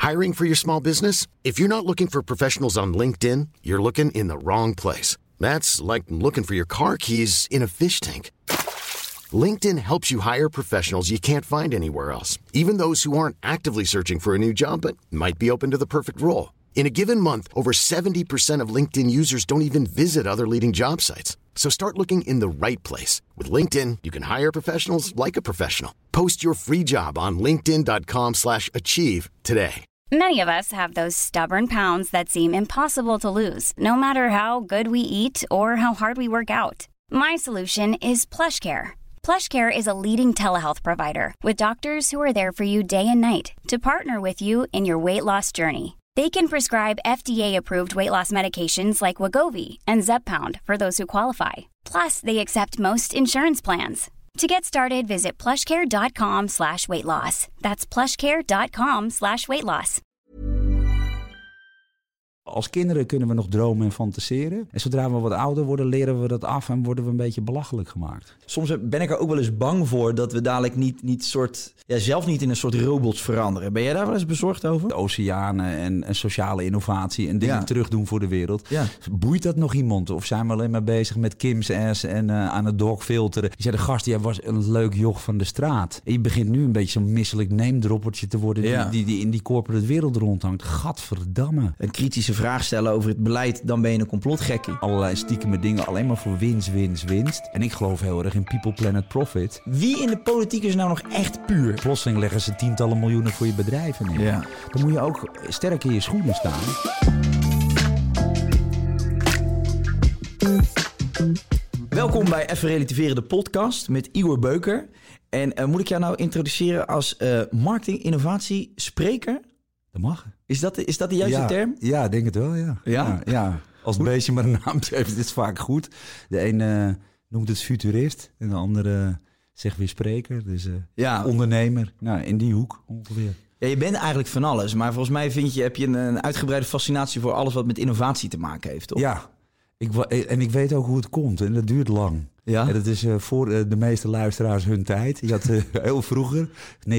Hiring for your small business? If you're not looking for professionals on LinkedIn, you're looking in the wrong place. That's like looking for your car keys in a fish tank. LinkedIn helps you hire professionals you can't find anywhere else, even those who aren't actively searching for a new job but might be open to the perfect role. In a given month, over 70% of LinkedIn users don't even visit other leading job sites. So start looking in the right place. With LinkedIn, you can hire professionals like a professional. Post your free job on linkedin.com/achieve today. Many of us have those stubborn pounds that seem impossible to lose, no matter how good we eat or how hard we work out. My solution is PlushCare. PlushCare is a leading telehealth provider with doctors who are there for you day and night to partner with you in your weight loss journey. They can prescribe FDA-approved weight loss medications like Wegovy and Zepbound for those who qualify. Plus, they accept most insurance plans. To get started, visit plushcare.com/weightloss. That's plushcare.com/weightloss. Als kinderen kunnen we nog dromen en fantaseren. En zodra we wat ouder worden, leren we dat af en worden we een beetje belachelijk gemaakt. Soms ben ik er ook wel eens bang voor dat we dadelijk zelf niet in een soort robots veranderen. Ben jij daar wel eens bezorgd over? De oceanen en sociale innovatie en dingen terugdoen voor de wereld. Ja. Boeit dat nog iemand? Of zijn we alleen maar bezig met Kim's ass en aan het dogfilteren? Je zei, de gast, jij was een leuk joch van de straat. En je begint nu een beetje zo'n misselijk neemdroppertje te worden die in die corporate wereld rondhangt. Gadverdamme. Een kritische vraag stellen over het beleid, dan ben je een complotgekkie. Allerlei stiekeme dingen, alleen maar voor winst. En ik geloof heel erg in people, planet, profit. Wie in de politiek is nou nog echt puur? Plotseling leggen ze tientallen miljoenen voor je bedrijven neer. Ja. Dan moet je ook sterk in je schoenen staan. Welkom bij Even Relativeren, de podcast met Igor Beuker. En moet ik jou nou introduceren als marketing-innovatie-spreker? Dat mag. Is dat de juiste term? Ja, ik denk het wel, ja. Ja. Als het beestje maar een naam heeft, is het vaak goed. De ene noemt het futurist en de andere zegt weer spreker. Dus ondernemer. Nou, in die hoek ongeveer. Ja, je bent eigenlijk van alles, maar volgens mij heb je een uitgebreide fascinatie voor alles wat met innovatie te maken heeft, toch? Ja, ik weet ook hoe het komt en dat duurt lang. Ja? En dat is voor de meeste luisteraars hun tijd. Je had heel vroeger,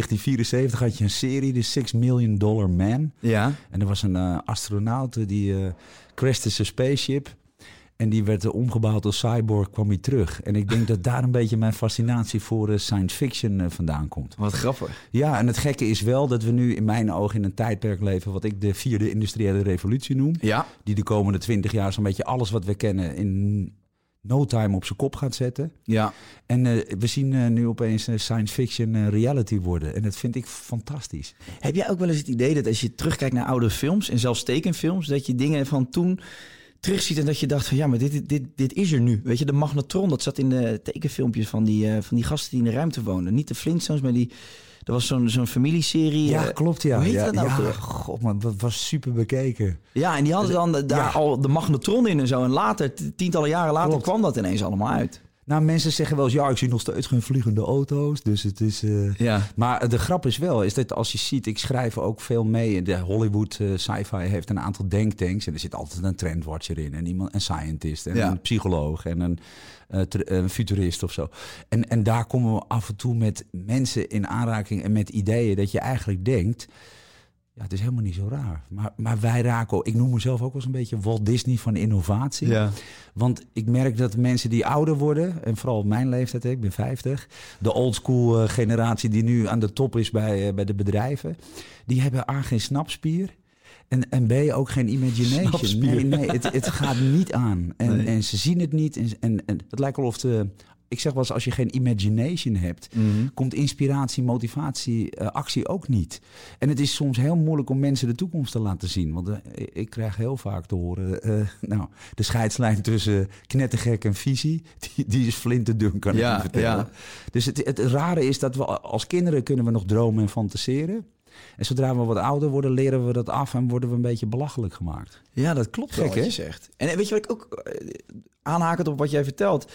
1974, had je een serie, de $6 Million Man. Ja. En er was een astronaut die crashte zijn spaceship. En die werd omgebouwd als cyborg, kwam hij terug. En ik denk dat daar een beetje mijn fascinatie voor science fiction vandaan komt. Wat grappig. Ja, en het gekke is wel dat we nu in mijn ogen in een tijdperk leven wat ik de 4e industriële revolutie noem. Ja. Die de komende 20 jaar zo'n beetje alles wat we kennen in no time op zijn kop gaat zetten. Ja. En we zien nu opeens science fiction reality worden. En dat vind ik fantastisch. Heb jij ook wel eens het idee dat als je terugkijkt naar oude films en zelfs tekenfilms, dat je dingen van toen terugziet en dat je dacht van ja, maar dit is er nu. Weet je, de magnetron, dat zat in de tekenfilmpjes van die gasten die in de ruimte woonden. Niet de Flintstones, maar er was zo'n familieserie. Ja, klopt, ja. Hoe heet dat nou? Ja, god, man, dat was super bekeken. Ja, en die hadden dan daar al de magnetron in en zo. En later, tientallen jaren later, kwam dat ineens allemaal uit. Nou, mensen zeggen wel eens, ja, ik zie nog steeds geen vliegende auto's. Dus het is... Maar de grap is wel, is dat als je ziet, ik schrijf ook veel mee. De Hollywood sci-fi heeft een aantal denktanks. En er zit altijd een trendwatcher in. En een scientist en een psycholoog en een futurist of zo. En daar komen we af en toe met mensen in aanraking en met ideeën dat je eigenlijk denkt, ja, het is helemaal niet zo raar. Maar wij raken, ik noem mezelf ook wel eens een beetje Walt Disney van innovatie. Ja. Want ik merk dat mensen die ouder worden, en vooral op mijn leeftijd, ik ben 50, de oldschool generatie die nu aan de top is bij de bedrijven, die hebben A, geen snapspier. En B, ook geen imagination. Nee, het gaat niet aan. En ze zien het niet. En het lijkt wel of ik zeg wel eens, als je geen imagination hebt, komt inspiratie, motivatie, actie ook niet. En het is soms heel moeilijk om mensen de toekomst te laten zien. Want ik krijg heel vaak te horen, de scheidslijn tussen knettergek en visie, die is flinterdun, kan ik je vertellen. Ja. Dus het rare is dat we als kinderen kunnen we nog dromen en fantaseren. En zodra we wat ouder worden, leren we dat af en worden we een beetje belachelijk gemaakt. Ja, dat klopt wel wat je zegt. En weet je wat ik ook aanhakend op wat jij vertelt?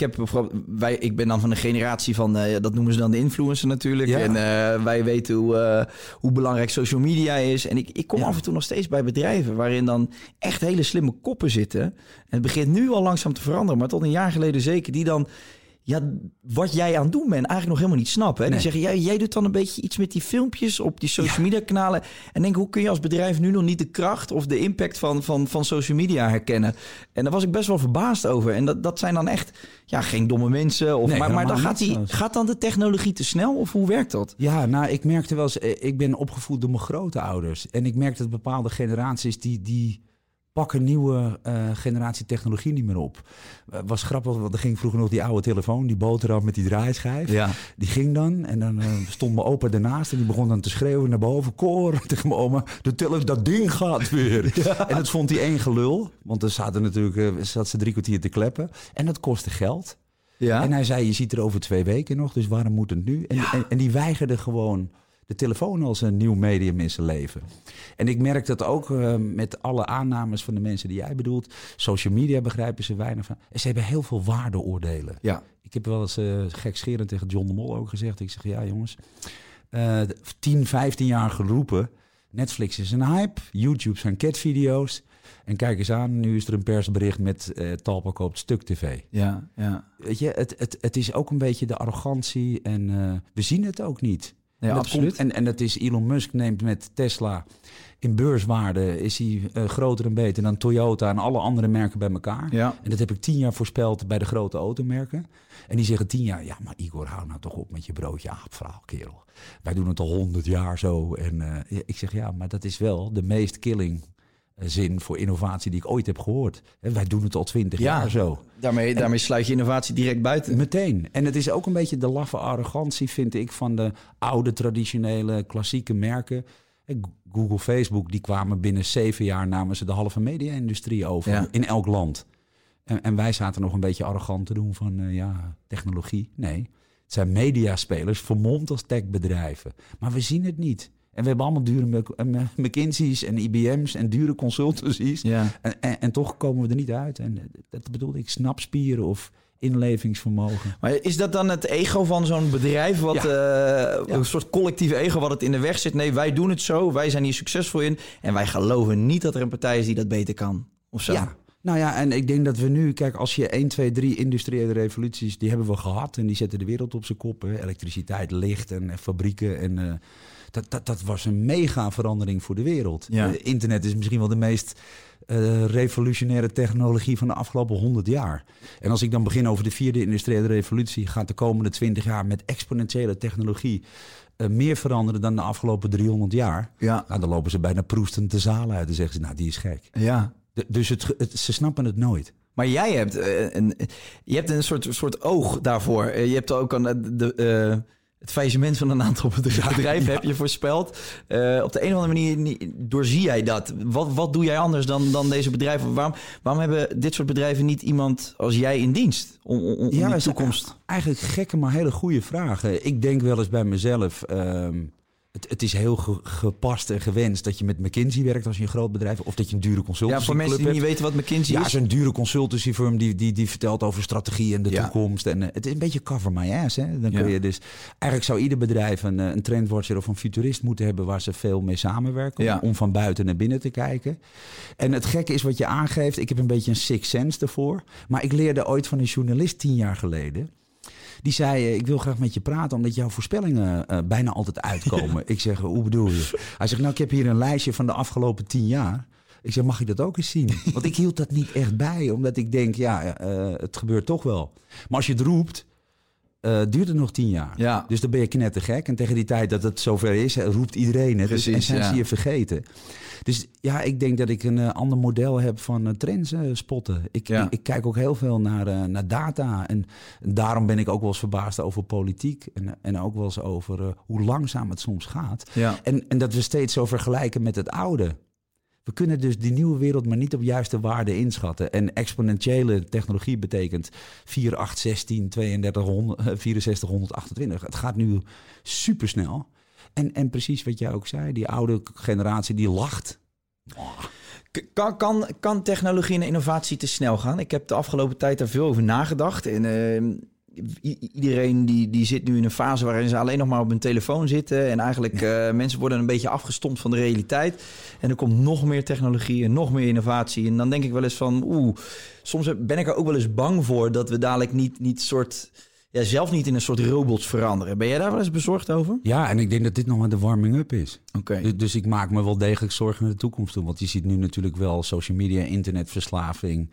Ik ben dan van de generatie van, dat noemen ze dan de influencer natuurlijk. Ja. En wij weten hoe belangrijk social media is. En ik kom af en toe nog steeds bij bedrijven waarin dan echt hele slimme koppen zitten. En het begint nu al langzaam te veranderen, maar tot een jaar geleden zeker, die dan wat jij aan het doen bent eigenlijk nog helemaal niet snappen. En Nee. die zeggen, jij doet dan een beetje iets met die filmpjes op die social media kanalen. En denk, hoe kun je als bedrijf nu nog niet de kracht of de impact van social media herkennen? En daar was ik best wel verbaasd over. En dat zijn dan echt geen domme mensen. Nee, maar dan helemaal niet. gaat dan de technologie te snel? Of hoe werkt dat? Ja, nou, ik merkte wel eens... Ik ben opgevoed door mijn grootouders. En ik merk dat bepaalde generaties... die pakken nieuwe generatie technologie niet meer op. Was grappig, want er ging vroeger nog die oude telefoon... die boterham met die draaischijf. Ja. Die ging dan en dan stond mijn opa ernaast... en die begon dan te schreeuwen naar boven. Cor, tegen mijn oma, dat ding gaat weer. Ja. En dat vond hij één gelul. Want er zaten natuurlijk zat ze 3 kwartier te kleppen. En dat kostte geld. Ja. En hij zei, je ziet er over 2 weken nog, dus waarom moet het nu? En die weigerde gewoon de telefoon als een nieuw medium in zijn leven. En ik merk dat ook met alle aannames van de mensen die jij bedoelt. Social media begrijpen ze weinig van. En ze hebben heel veel waardeoordelen. Ja. Ik heb wel eens gekscherend tegen John de Mol ook gezegd. Ik zeg, ja jongens, 10, 15 jaar geroepen. Netflix is een hype, YouTube zijn catvideo's. En kijk eens aan, nu is er een persbericht met Talpa koopt Stuk TV. Ja. Weet je, het is ook een beetje de arrogantie en we zien het ook niet. Ja, en dat absoluut. En dat is Elon Musk neemt met Tesla in beurswaarde is hij groter en beter dan Toyota en alle andere merken bij elkaar. Ja. En dat heb ik 10 jaar voorspeld bij de grote automerken. En die zeggen 10 jaar, ja maar Igor, hou nou toch op met je broodje aapverhaal, kerel. Wij doen het al 100 jaar zo. En ik zeg ja, maar dat is wel de meest killing zin voor innovatie die ik ooit heb gehoord. En wij doen het al 20 jaar zo. Daarmee sluit je innovatie direct buiten. Meteen. En het is ook een beetje de laffe arrogantie, vind ik, van de oude, traditionele, klassieke merken. Google, Facebook, die kwamen binnen 7 jaar namen ze de halve media-industrie over in elk land. En wij zaten nog een beetje arrogant te doen van technologie. Nee, het zijn mediaspelers, vermomd als techbedrijven. Maar we zien het niet. En we hebben allemaal dure McKinsey's en IBM's en dure consultancies. Ja. En toch komen we er niet uit. En dat bedoelde ik, snapspieren of inlevingsvermogen. Maar is dat dan het ego van zo'n bedrijf? Een soort collectief ego wat het in de weg zit? Nee, wij doen het zo. Wij zijn hier succesvol in. En wij geloven niet dat er een partij is die dat beter kan. Of zo. Ja. Nou ja, en ik denk dat we nu... Kijk, als je 1, 2, 3 industriële revoluties... die hebben we gehad en die zetten de wereld op zijn kop. Hè. Elektriciteit, licht en fabrieken. En dat was een mega verandering voor de wereld. Ja. Internet is misschien wel de meest revolutionaire technologie van de afgelopen 100 jaar. En als ik dan begin over de 4e industriële revolutie... gaat de komende 20 jaar met exponentiële technologie... meer veranderen dan de afgelopen 300 jaar. Ja. Nou, dan lopen ze bijna proestend de zaal uit en zeggen ze... nou, die is gek. Ja. Dus ze snappen het nooit. Maar jij hebt een soort oog daarvoor. Je hebt ook het faillissement van een aantal bedrijven heb je voorspeld. Op de een of andere manier doorzie jij dat. Wat doe jij anders dan deze bedrijven? Waarom hebben dit soort bedrijven niet iemand als jij in dienst? Om die toekomst? Eigenlijk gekke, maar hele goede vragen. Ik denk wel eens bij mezelf... Het is heel gepast en gewenst dat je met McKinsey werkt als je een groot bedrijf... of dat je een dure consultancy voor mensen die niet weten wat McKinsey is. Ja, zo'n dure consultancy firm die vertelt over strategie en de toekomst. En het is een beetje cover my ass. Hè? Dan kun je dus... Eigenlijk zou ieder bedrijf een trendwatcher of een futurist moeten hebben... waar ze veel mee samenwerken om van buiten naar binnen te kijken. En het gekke is wat je aangeeft. Ik heb een beetje een sixth sense ervoor. Maar ik leerde ooit van een journalist 10 jaar geleden... Die zei, ik wil graag met je praten... omdat jouw voorspellingen bijna altijd uitkomen. Ik zeg, hoe bedoel je? Hij zegt, nou, ik heb hier een lijstje van de afgelopen 10 jaar. Ik zeg, mag ik dat ook eens zien? Want ik hield dat niet echt bij. Omdat ik denk, het gebeurt toch wel. Maar als je het roept... duurt het nog 10 jaar. Ja. Dus dan ben je knettergek. En tegen die tijd dat het zover is, roept iedereen het. Precies, en zijn ze je vergeten. Dus ja, ik denk dat ik een ander model heb van trends spotten. Ik kijk ook heel veel naar data. En daarom ben ik ook wel eens verbaasd over politiek. En ook wel eens over hoe langzaam het soms gaat. Ja. En dat we steeds zo vergelijken met het oude. We kunnen dus die nieuwe wereld maar niet op juiste waarde inschatten. En exponentiële technologie betekent 4, 8, 16, 32, 64, 128. Het gaat nu supersnel. En precies wat jij ook zei, die oude generatie die lacht. Kan technologie en innovatie te snel gaan? Ik heb de afgelopen tijd daar veel over nagedacht. En iedereen die zit nu in een fase waarin ze alleen nog maar op hun telefoon zitten. En eigenlijk mensen worden een beetje afgestompt van de realiteit. En er komt nog meer technologie en nog meer innovatie. En dan denk ik wel eens van, soms ben ik er ook wel eens bang voor dat we dadelijk niet soort... zelf niet in een soort robots veranderen. Ben jij daar wel eens bezorgd over? Ja, en ik denk dat dit nog maar de warming-up is. Oké. Dus ik maak me wel degelijk zorgen naar de toekomst toe. Want je ziet nu natuurlijk wel social media, internetverslaving.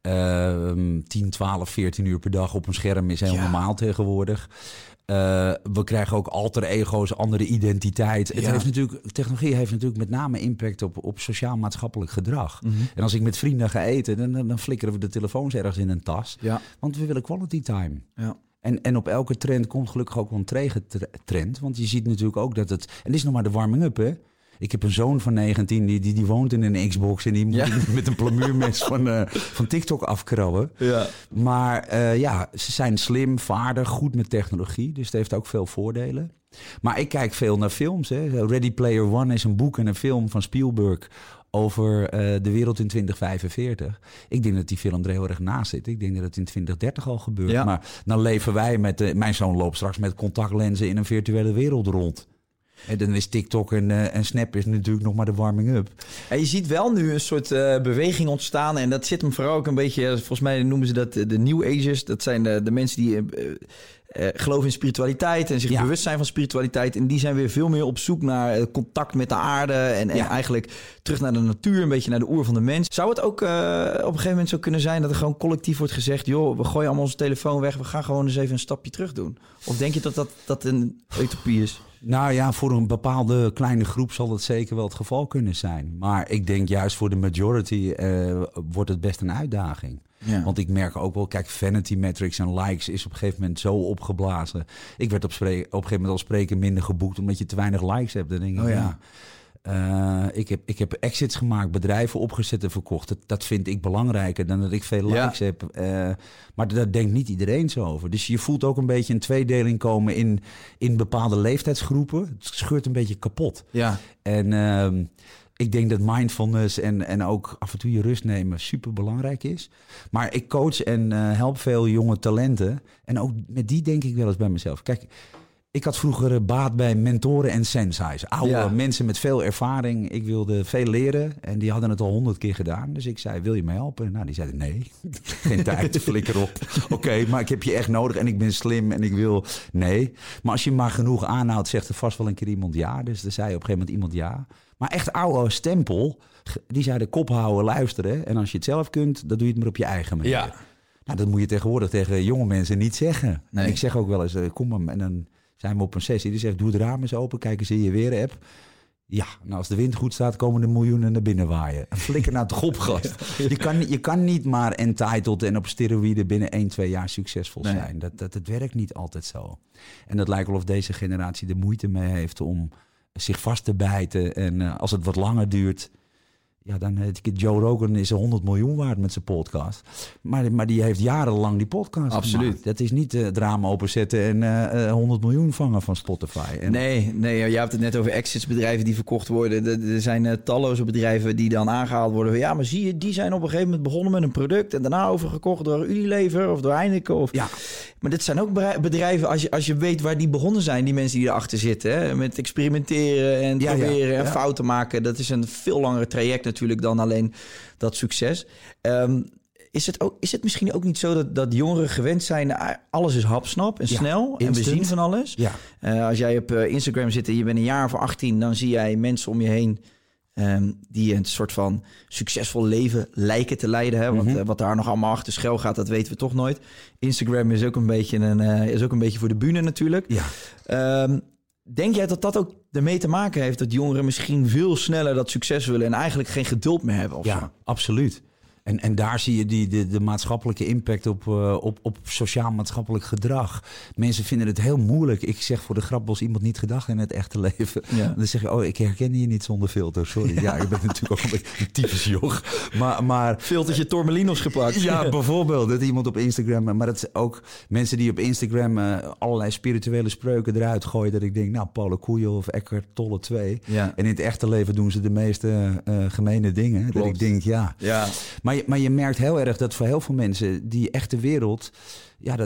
10, 12, 14 uur per dag op een scherm is heel normaal tegenwoordig. We krijgen ook alter ego's, andere identiteit. Technologie heeft natuurlijk met name impact op sociaal-maatschappelijk gedrag. Mm-hmm. En als ik met vrienden ga eten, dan flikkeren we de telefoons ergens in een tas. Ja. Want we willen quality time. Ja. En op elke trend komt gelukkig ook wel een tegentrend. Want je ziet natuurlijk ook dat het... En dit is nog maar de warming-up, hè? Ik heb een zoon van 19, die woont in een Xbox... en die moet met een plamuurmes van TikTok afkrabben. Ja. Maar ze zijn slim, vaardig, goed met technologie. Dus het heeft ook veel voordelen. Maar ik kijk veel naar films. Hè. Ready Player One is een boek en een film van Spielberg... over de wereld in 2045. Ik denk dat die film er heel erg naast zit. Ik denk dat het in 2030 al gebeurt. Ja. Maar dan leven wij met... mijn zoon loopt straks met contactlenzen in een virtuele wereld rond. En dan is TikTok en Snap is natuurlijk nog maar de warming-up. En je ziet wel nu een soort beweging ontstaan. En dat zit hem vooral ook een beetje... Volgens mij noemen ze dat de New Agers. Dat zijn de mensen die... geloven in spiritualiteit en zich bewust zijn van spiritualiteit. En die zijn weer veel meer op zoek naar contact met de aarde. En eigenlijk terug naar de natuur, een beetje naar de oer van de mens. Zou het ook op een gegeven moment zo kunnen zijn... dat er gewoon collectief wordt gezegd... joh, we gooien allemaal onze telefoon weg. We gaan gewoon eens even een stapje terug doen. Of denk je dat een utopie is? Nou ja, voor een bepaalde kleine groep zal dat zeker wel het geval kunnen zijn. Maar ik denk juist voor de majority wordt het best een uitdaging. Ja. Want ik merk ook wel, kijk, vanity metrics en likes is op een gegeven moment zo opgeblazen. Ik werd op een gegeven moment al spreken minder geboekt omdat je te weinig likes hebt. Dan denk ik, ik heb exits gemaakt, bedrijven opgezet en verkocht. Dat vind ik belangrijker dan dat ik veel likes heb. Maar daar denkt niet iedereen zo over. Dus je voelt ook een beetje een tweedeling komen in bepaalde leeftijdsgroepen. Het scheurt een beetje kapot. Ja. En ik denk dat mindfulness en ook af en toe je rust nemen super belangrijk is. Maar ik coach en help veel jonge talenten. En ook met die denk ik wel eens bij mezelf. Kijk, ik had vroeger baat bij mentoren en sensei's. Oude mensen met veel ervaring. Ik wilde veel leren en die hadden het al 100 keer gedaan. Dus ik zei, wil je me helpen? Nou, die zeiden nee. Geen tijd, flikker op. Oké, maar ik heb je echt nodig en ik ben slim en ik wil... Nee. Maar als je maar genoeg aanhoudt, zegt er vast wel een keer iemand ja. Dus er zei op een gegeven moment iemand ja. Maar echt oude stempel, die zei de kop houden, luisteren. En als je het zelf kunt, dan doe je het maar op je eigen manier. Ja. Nou, dat moet je tegenwoordig tegen jonge mensen niet zeggen. Nee. En ik zeg ook wel eens, kom maar. En dan zijn we op een sessie die zegt, doe het raam eens open, kijk eens in je weer-app. Ja, nou als de wind goed staat, komen de miljoenen naar binnen waaien. Flikker naar het gast. Je kan niet maar entitled en op steroïden binnen 1-2 jaar succesvol zijn. Dat werkt niet altijd zo. En dat lijkt wel of deze generatie er moeite mee heeft om zich vast te bijten. En als het wat langer duurt... Ja, dan Joe Rogan is 100 miljoen waard met zijn podcast. Maar die heeft jarenlang die podcast gemaakt. Dat is niet het raam openzetten en 100 miljoen vangen van Spotify. En nee, je hebt het net over exitsbedrijven die verkocht worden. Er zijn talloze bedrijven die dan aangehaald worden. Ja, maar zie je, die zijn op een gegeven moment begonnen met een product... en daarna overgekocht door Unilever of door Heineken. Ja. Maar dit zijn ook bedrijven, als je weet waar die begonnen zijn... die mensen die erachter zitten, hè, met experimenteren en proberen en fouten maken... dat is een veel langer traject natuurlijk dan alleen dat succes. Is het misschien ook niet zo dat jongeren gewend zijn... alles is hapsnap en snel en we zien van alles? Ja. Als jij op Instagram zit en je bent een jaar of 18... dan zie jij mensen om je heen... die een soort van succesvol leven lijken te leiden. Hè? Want wat daar nog allemaal achter schuil gaat, dat weten we toch nooit. Instagram is ook een beetje voor de bühne natuurlijk. Ja. Denk jij dat ook ermee te maken heeft... dat jongeren misschien veel sneller dat succes willen... en eigenlijk geen geduld meer hebben? Of ja, zo? Absoluut. En daar zie je de maatschappelijke impact op sociaal-maatschappelijk gedrag. Mensen vinden het heel moeilijk. Ik zeg voor de grap, als iemand niet gedacht in het echte leven. Ja. Dan zeg je, ik herken je niet zonder filter. Sorry, ja, ik ben natuurlijk ook een beetje een tyfusjoch. Maar filtertje Tormelinos gepakt. Ja, bijvoorbeeld. Dat iemand op Instagram... Maar dat is ook mensen die op Instagram allerlei spirituele spreuken eruit gooien. Dat ik denk, nou, Paulo Coelho of Eckhart Tolle 2. Ja. En in het echte leven doen ze de meeste gemene dingen. Klopt. Dat ik denk, ja. Maar je merkt heel erg dat voor heel veel mensen die echte wereld... Ja,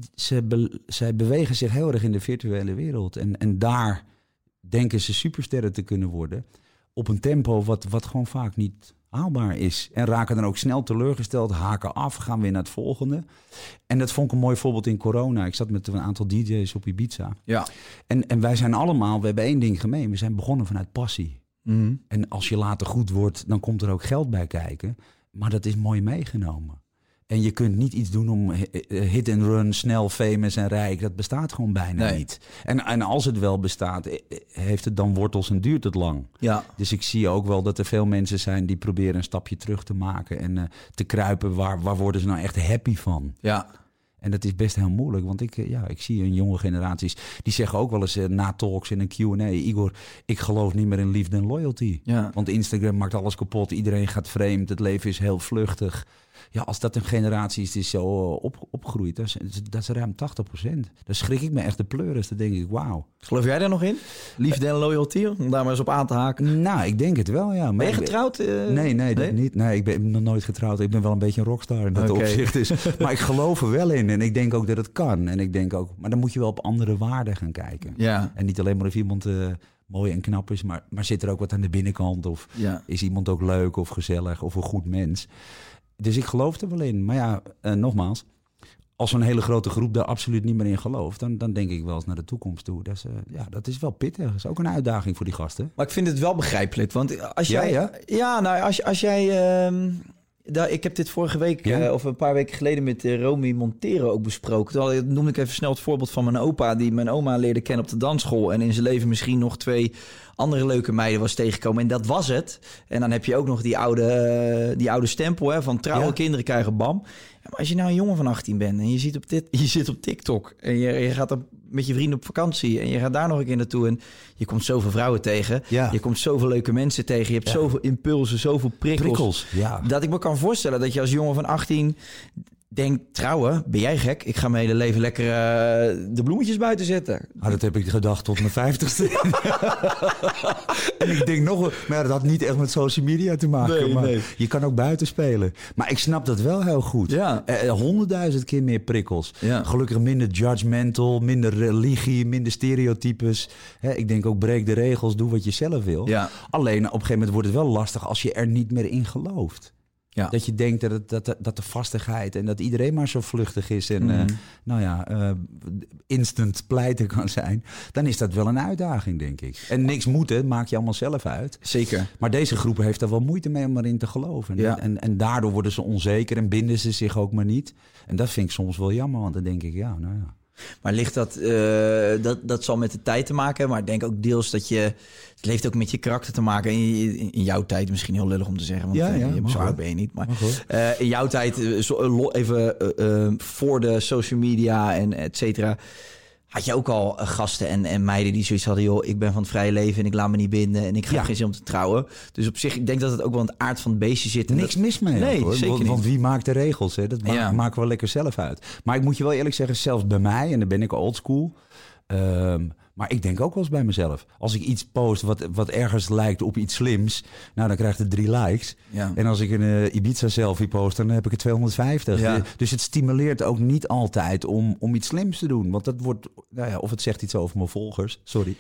zij bewegen zich heel erg in de virtuele wereld. En daar denken ze supersterren te kunnen worden. Op een tempo wat gewoon vaak niet haalbaar is. En raken dan ook snel teleurgesteld, haken af, gaan weer naar het volgende. En dat vond ik een mooi voorbeeld in corona. Ik zat met een aantal DJ's op Ibiza. Ja. En wij zijn allemaal, we hebben één ding gemeen. We zijn begonnen vanuit passie. Mm-hmm. En als je later goed wordt, dan komt er ook geld bij kijken. Maar dat is mooi meegenomen. En je kunt niet iets doen om hit and run, snel, famous en rijk. Dat bestaat gewoon bijna niet. En als het wel bestaat, heeft het dan wortels en duurt het lang. Ja. Dus ik zie ook wel dat er veel mensen zijn die proberen een stapje terug te maken. En te kruipen, waar worden ze nou echt happy van? Ja. En dat is best heel moeilijk, want ik zie in jonge generaties... die zeggen ook wel eens na talks in een Q&A... Igor, ik geloof niet meer in liefde en loyalty. Ja. Want Instagram maakt alles kapot, iedereen gaat vreemd... het leven is heel vluchtig. Ja, als dat een generatie is die zo opgroeit, dat is ruim 80%. Dan schrik ik me echt de pleuris. Dan denk ik, wauw. Geloof jij daar nog in? Liefde en loyalty, om daar maar eens op aan te haken. Nou, ik denk het wel, ja. Maar ben je getrouwd? Nee, dat niet. Nee, ik ben nog nooit getrouwd. Ik ben wel een beetje een rockstar in dat opzicht. Dus, maar ik geloof er wel in en ik denk ook dat het kan. En ik denk ook, maar dan moet je wel op andere waarden gaan kijken. Ja. En niet alleen maar of iemand... mooi en knap is, maar zit er ook wat aan de binnenkant? Of is iemand ook leuk of gezellig of een goed mens? Dus ik geloof er wel in. Maar ja, nogmaals, als een hele grote groep daar absoluut niet meer in gelooft... dan denk ik wel eens naar de toekomst toe. Dat is wel pittig. Dat is ook een uitdaging voor die gasten. Maar ik vind het wel begrijpelijk. Want als jij... Als jij... ik heb dit vorige week of een paar weken geleden met Romy Montero ook besproken. Toen noemde ik even snel het voorbeeld van mijn opa... die mijn oma leerde kennen op de dansschool... en in zijn leven misschien nog 2 andere leuke meiden was tegengekomen. En dat was het. En dan heb je ook nog die oude stempel van trouwe kinderen krijgen bam. Ja, maar als je nou een jongen van 18 bent en je zit op TikTok... en je gaat er met je vrienden op vakantie... en je gaat daar nog een keer naartoe en je komt zoveel vrouwen tegen. Ja. Je komt zoveel leuke mensen tegen. Je hebt zoveel impulsen, zoveel prikkels. Dat ik me kan voorstellen dat je als jongen van 18... denk, trouwen, ben jij gek? Ik ga mijn hele leven lekker de bloemetjes buiten zetten. Dat heb ik gedacht tot mijn 50ste. En ik denk nog, maar dat had niet echt met social media te maken. Nee. Je kan ook buiten spelen. Maar ik snap dat wel heel goed. Ja. 100.000 keer meer prikkels. Ja. Gelukkig minder judgmental, minder religie, minder stereotypes. Ik denk ook, breek de regels, doe wat je zelf wil. Ja. Alleen, op een gegeven moment wordt het wel lastig als je er niet meer in gelooft. Ja. Dat je denkt dat de vastigheid en dat iedereen maar zo vluchtig is en instant pleiten kan zijn. Dan is dat wel een uitdaging, denk ik. En niks moeten, maak je allemaal zelf uit. Zeker. Maar deze groep heeft er wel moeite mee om erin te geloven. Ja. En daardoor worden ze onzeker en binden ze zich ook maar niet. En dat vind ik soms wel jammer, want dan denk ik, Maar ligt dat zal met de tijd te maken hebben, maar ik denk ook deels dat het heeft ook met je karakter te maken. In jouw tijd, misschien heel lullig om te zeggen, want zo oud ben je niet. Maar in jouw tijd, even voor de social media en et cetera, had je ook al gasten en meiden die zoiets hadden... joh, ik ben van het vrije leven en ik laat me niet binden... en ik heb geen zin om te trouwen. Dus op zich, ik denk dat het ook wel in het aard van het beestje zit. Niks mis mee. Nee, hoor. Zeker niet. Want wie maakt de regels? Hè? Dat maken we lekker zelf uit. Maar ik moet je wel eerlijk zeggen, zelfs bij mij... en dan ben ik oldschool... maar ik denk ook wel eens bij mezelf. Als ik iets post wat ergens lijkt op iets slims... dan krijgt het 3 likes. Ja. En als ik een Ibiza-selfie post, dan heb ik er 250. Ja. Dus het stimuleert ook niet altijd om iets slims te doen. Want dat wordt... of het zegt iets over mijn volgers. Sorry.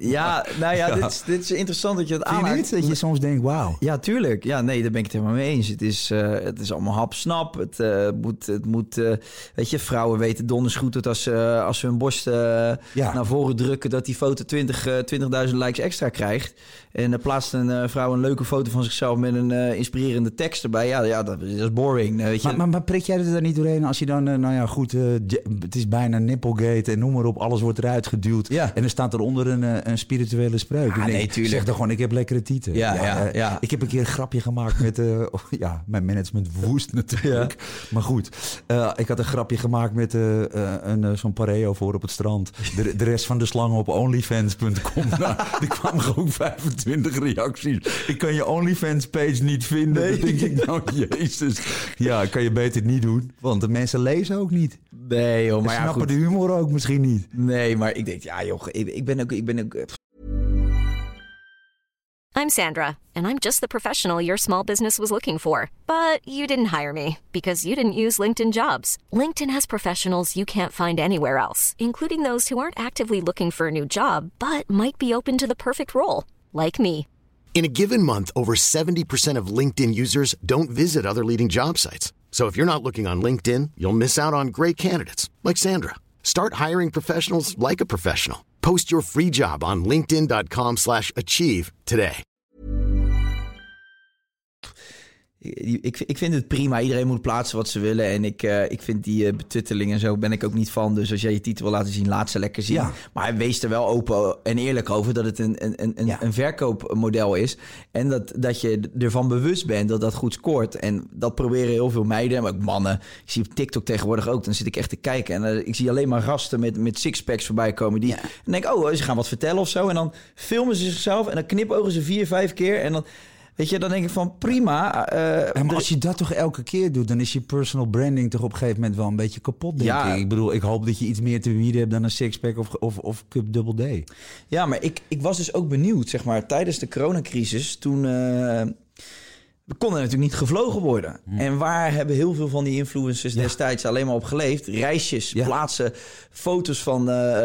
Dit is interessant dat je het aanhaakt. Zie je niet? Dat je soms denkt, wauw. Ja, tuurlijk. Ja, nee, daar ben ik het helemaal mee eens. Het is allemaal hap-snap. Het moet weet je, vrouwen weten donders goed dat als ze hun borst naar voren drukken... dat die foto 20.000 likes extra krijgt. En dan plaatst een vrouw een leuke foto van zichzelf... met een inspirerende tekst erbij. Ja, dat is boring. Weet je. Maar prik jij er niet doorheen als je dan... het is bijna nipplegate en noem maar op. Alles wordt eruit geduwd. Ja. En er staat eronder een spirituele spreuk. Zeg dan gewoon, ik heb lekkere tieten. Ja. Ik heb een keer een grapje gemaakt met... mijn management woest natuurlijk. Ja. Maar goed, ik had een grapje gemaakt met zo'n pareo voor op het strand. De rest van de slangen op onlyfans.com. Er kwamen gewoon 25 reacties. Ik kan je OnlyFans-page niet vinden. Nee. Dan denk ik, jezus. Ja, kan je beter niet doen. Want de mensen lezen ook niet. Nee, joh. Maar snappen de humor ook misschien niet. Nee, maar ik denk, ik ben ook... I'm Sandra, and I'm just the professional your small business was looking for. But you didn't hire me, because you didn't use LinkedIn Jobs. LinkedIn has professionals you can't find anywhere else, including those who aren't actively looking for a new job, but might be open to the perfect role, like me. In a given month, over 70% of LinkedIn users don't visit other leading job sites. So if you're not looking on LinkedIn, you'll miss out on great candidates like Sandra. Start hiring professionals like a professional. Post your free job on linkedin.com/achieve today. Ik vind het prima. Iedereen moet plaatsen wat ze willen. En ik vind die betutteling en zo ben ik ook niet van. Dus als jij je titel wil laten zien, laat ze lekker zien. Ja. Maar wees er wel open en eerlijk over dat het een verkoopmodel is. En dat je ervan bewust bent dat dat goed scoort. En dat proberen heel veel meiden, maar ook mannen. Ik zie op TikTok tegenwoordig ook. Dan zit ik echt te kijken. En ik zie alleen maar gasten met sixpacks voorbij komen. En denk ze gaan wat vertellen of zo. En dan filmen ze zichzelf en dan knipogen ze 4-5 keer. En dan... Weet je, dan denk ik van prima. Maar als je dat toch elke keer doet, dan is je personal branding toch op een gegeven moment wel een beetje kapot, denk ik. Ik bedoel, ik hoop dat je iets meer te bieden hebt dan een sixpack of Cup Double D. Ja, maar ik was dus ook benieuwd, zeg maar, tijdens de coronacrisis, toen... We konden natuurlijk niet gevlogen worden. En waar hebben heel veel van die influencers destijds alleen maar op geleefd? Reisjes, plaatsen, foto's van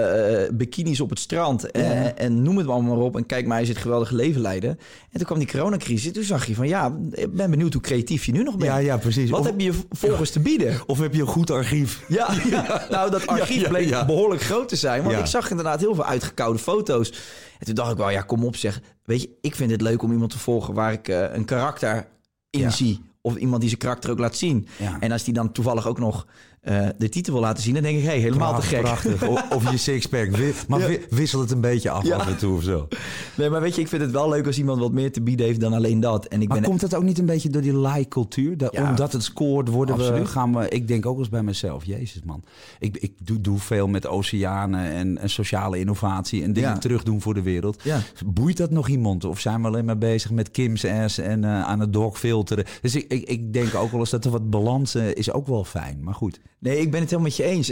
bikinis op het strand. En noem het allemaal maar op. En kijk, mij zit geweldig leven leiden. En toen kwam die coronacrisis. Toen zag je van, ik ben benieuwd hoe creatief je nu nog bent. Ja, precies. Wat heb je volgens te bieden? Of heb je een goed archief? Nou, dat archief bleek behoorlijk groot te zijn. Want ik zag inderdaad heel veel uitgekoude foto's. En toen dacht ik wel, kom op zeg. Weet je, ik vind het leuk om iemand te volgen waar ik een karakter in zie. Of iemand die zijn karakter ook laat zien. Ja. En als die dan toevallig ook nog de titel wil laten zien, dan denk ik, helemaal te gek. Prachtig. Of je sixpack. Maar wissel het een beetje af en toe of zo. Nee, maar weet je, ik vind het wel leuk als iemand wat meer te bieden heeft dan alleen dat. En komt dat ook niet een beetje door die like-cultuur? Omdat het scoort, gaan we... Ik denk ook eens bij mezelf, jezus man. Ik doe veel met oceanen en sociale innovatie en dingen terugdoen voor de wereld. Ja. Boeit dat nog iemand? Of zijn we alleen maar bezig met Kim's ass en aan het dogfilteren? Dus ik denk ook wel eens dat er wat balans is ook wel fijn. Maar goed. Nee, ik ben het helemaal met je eens.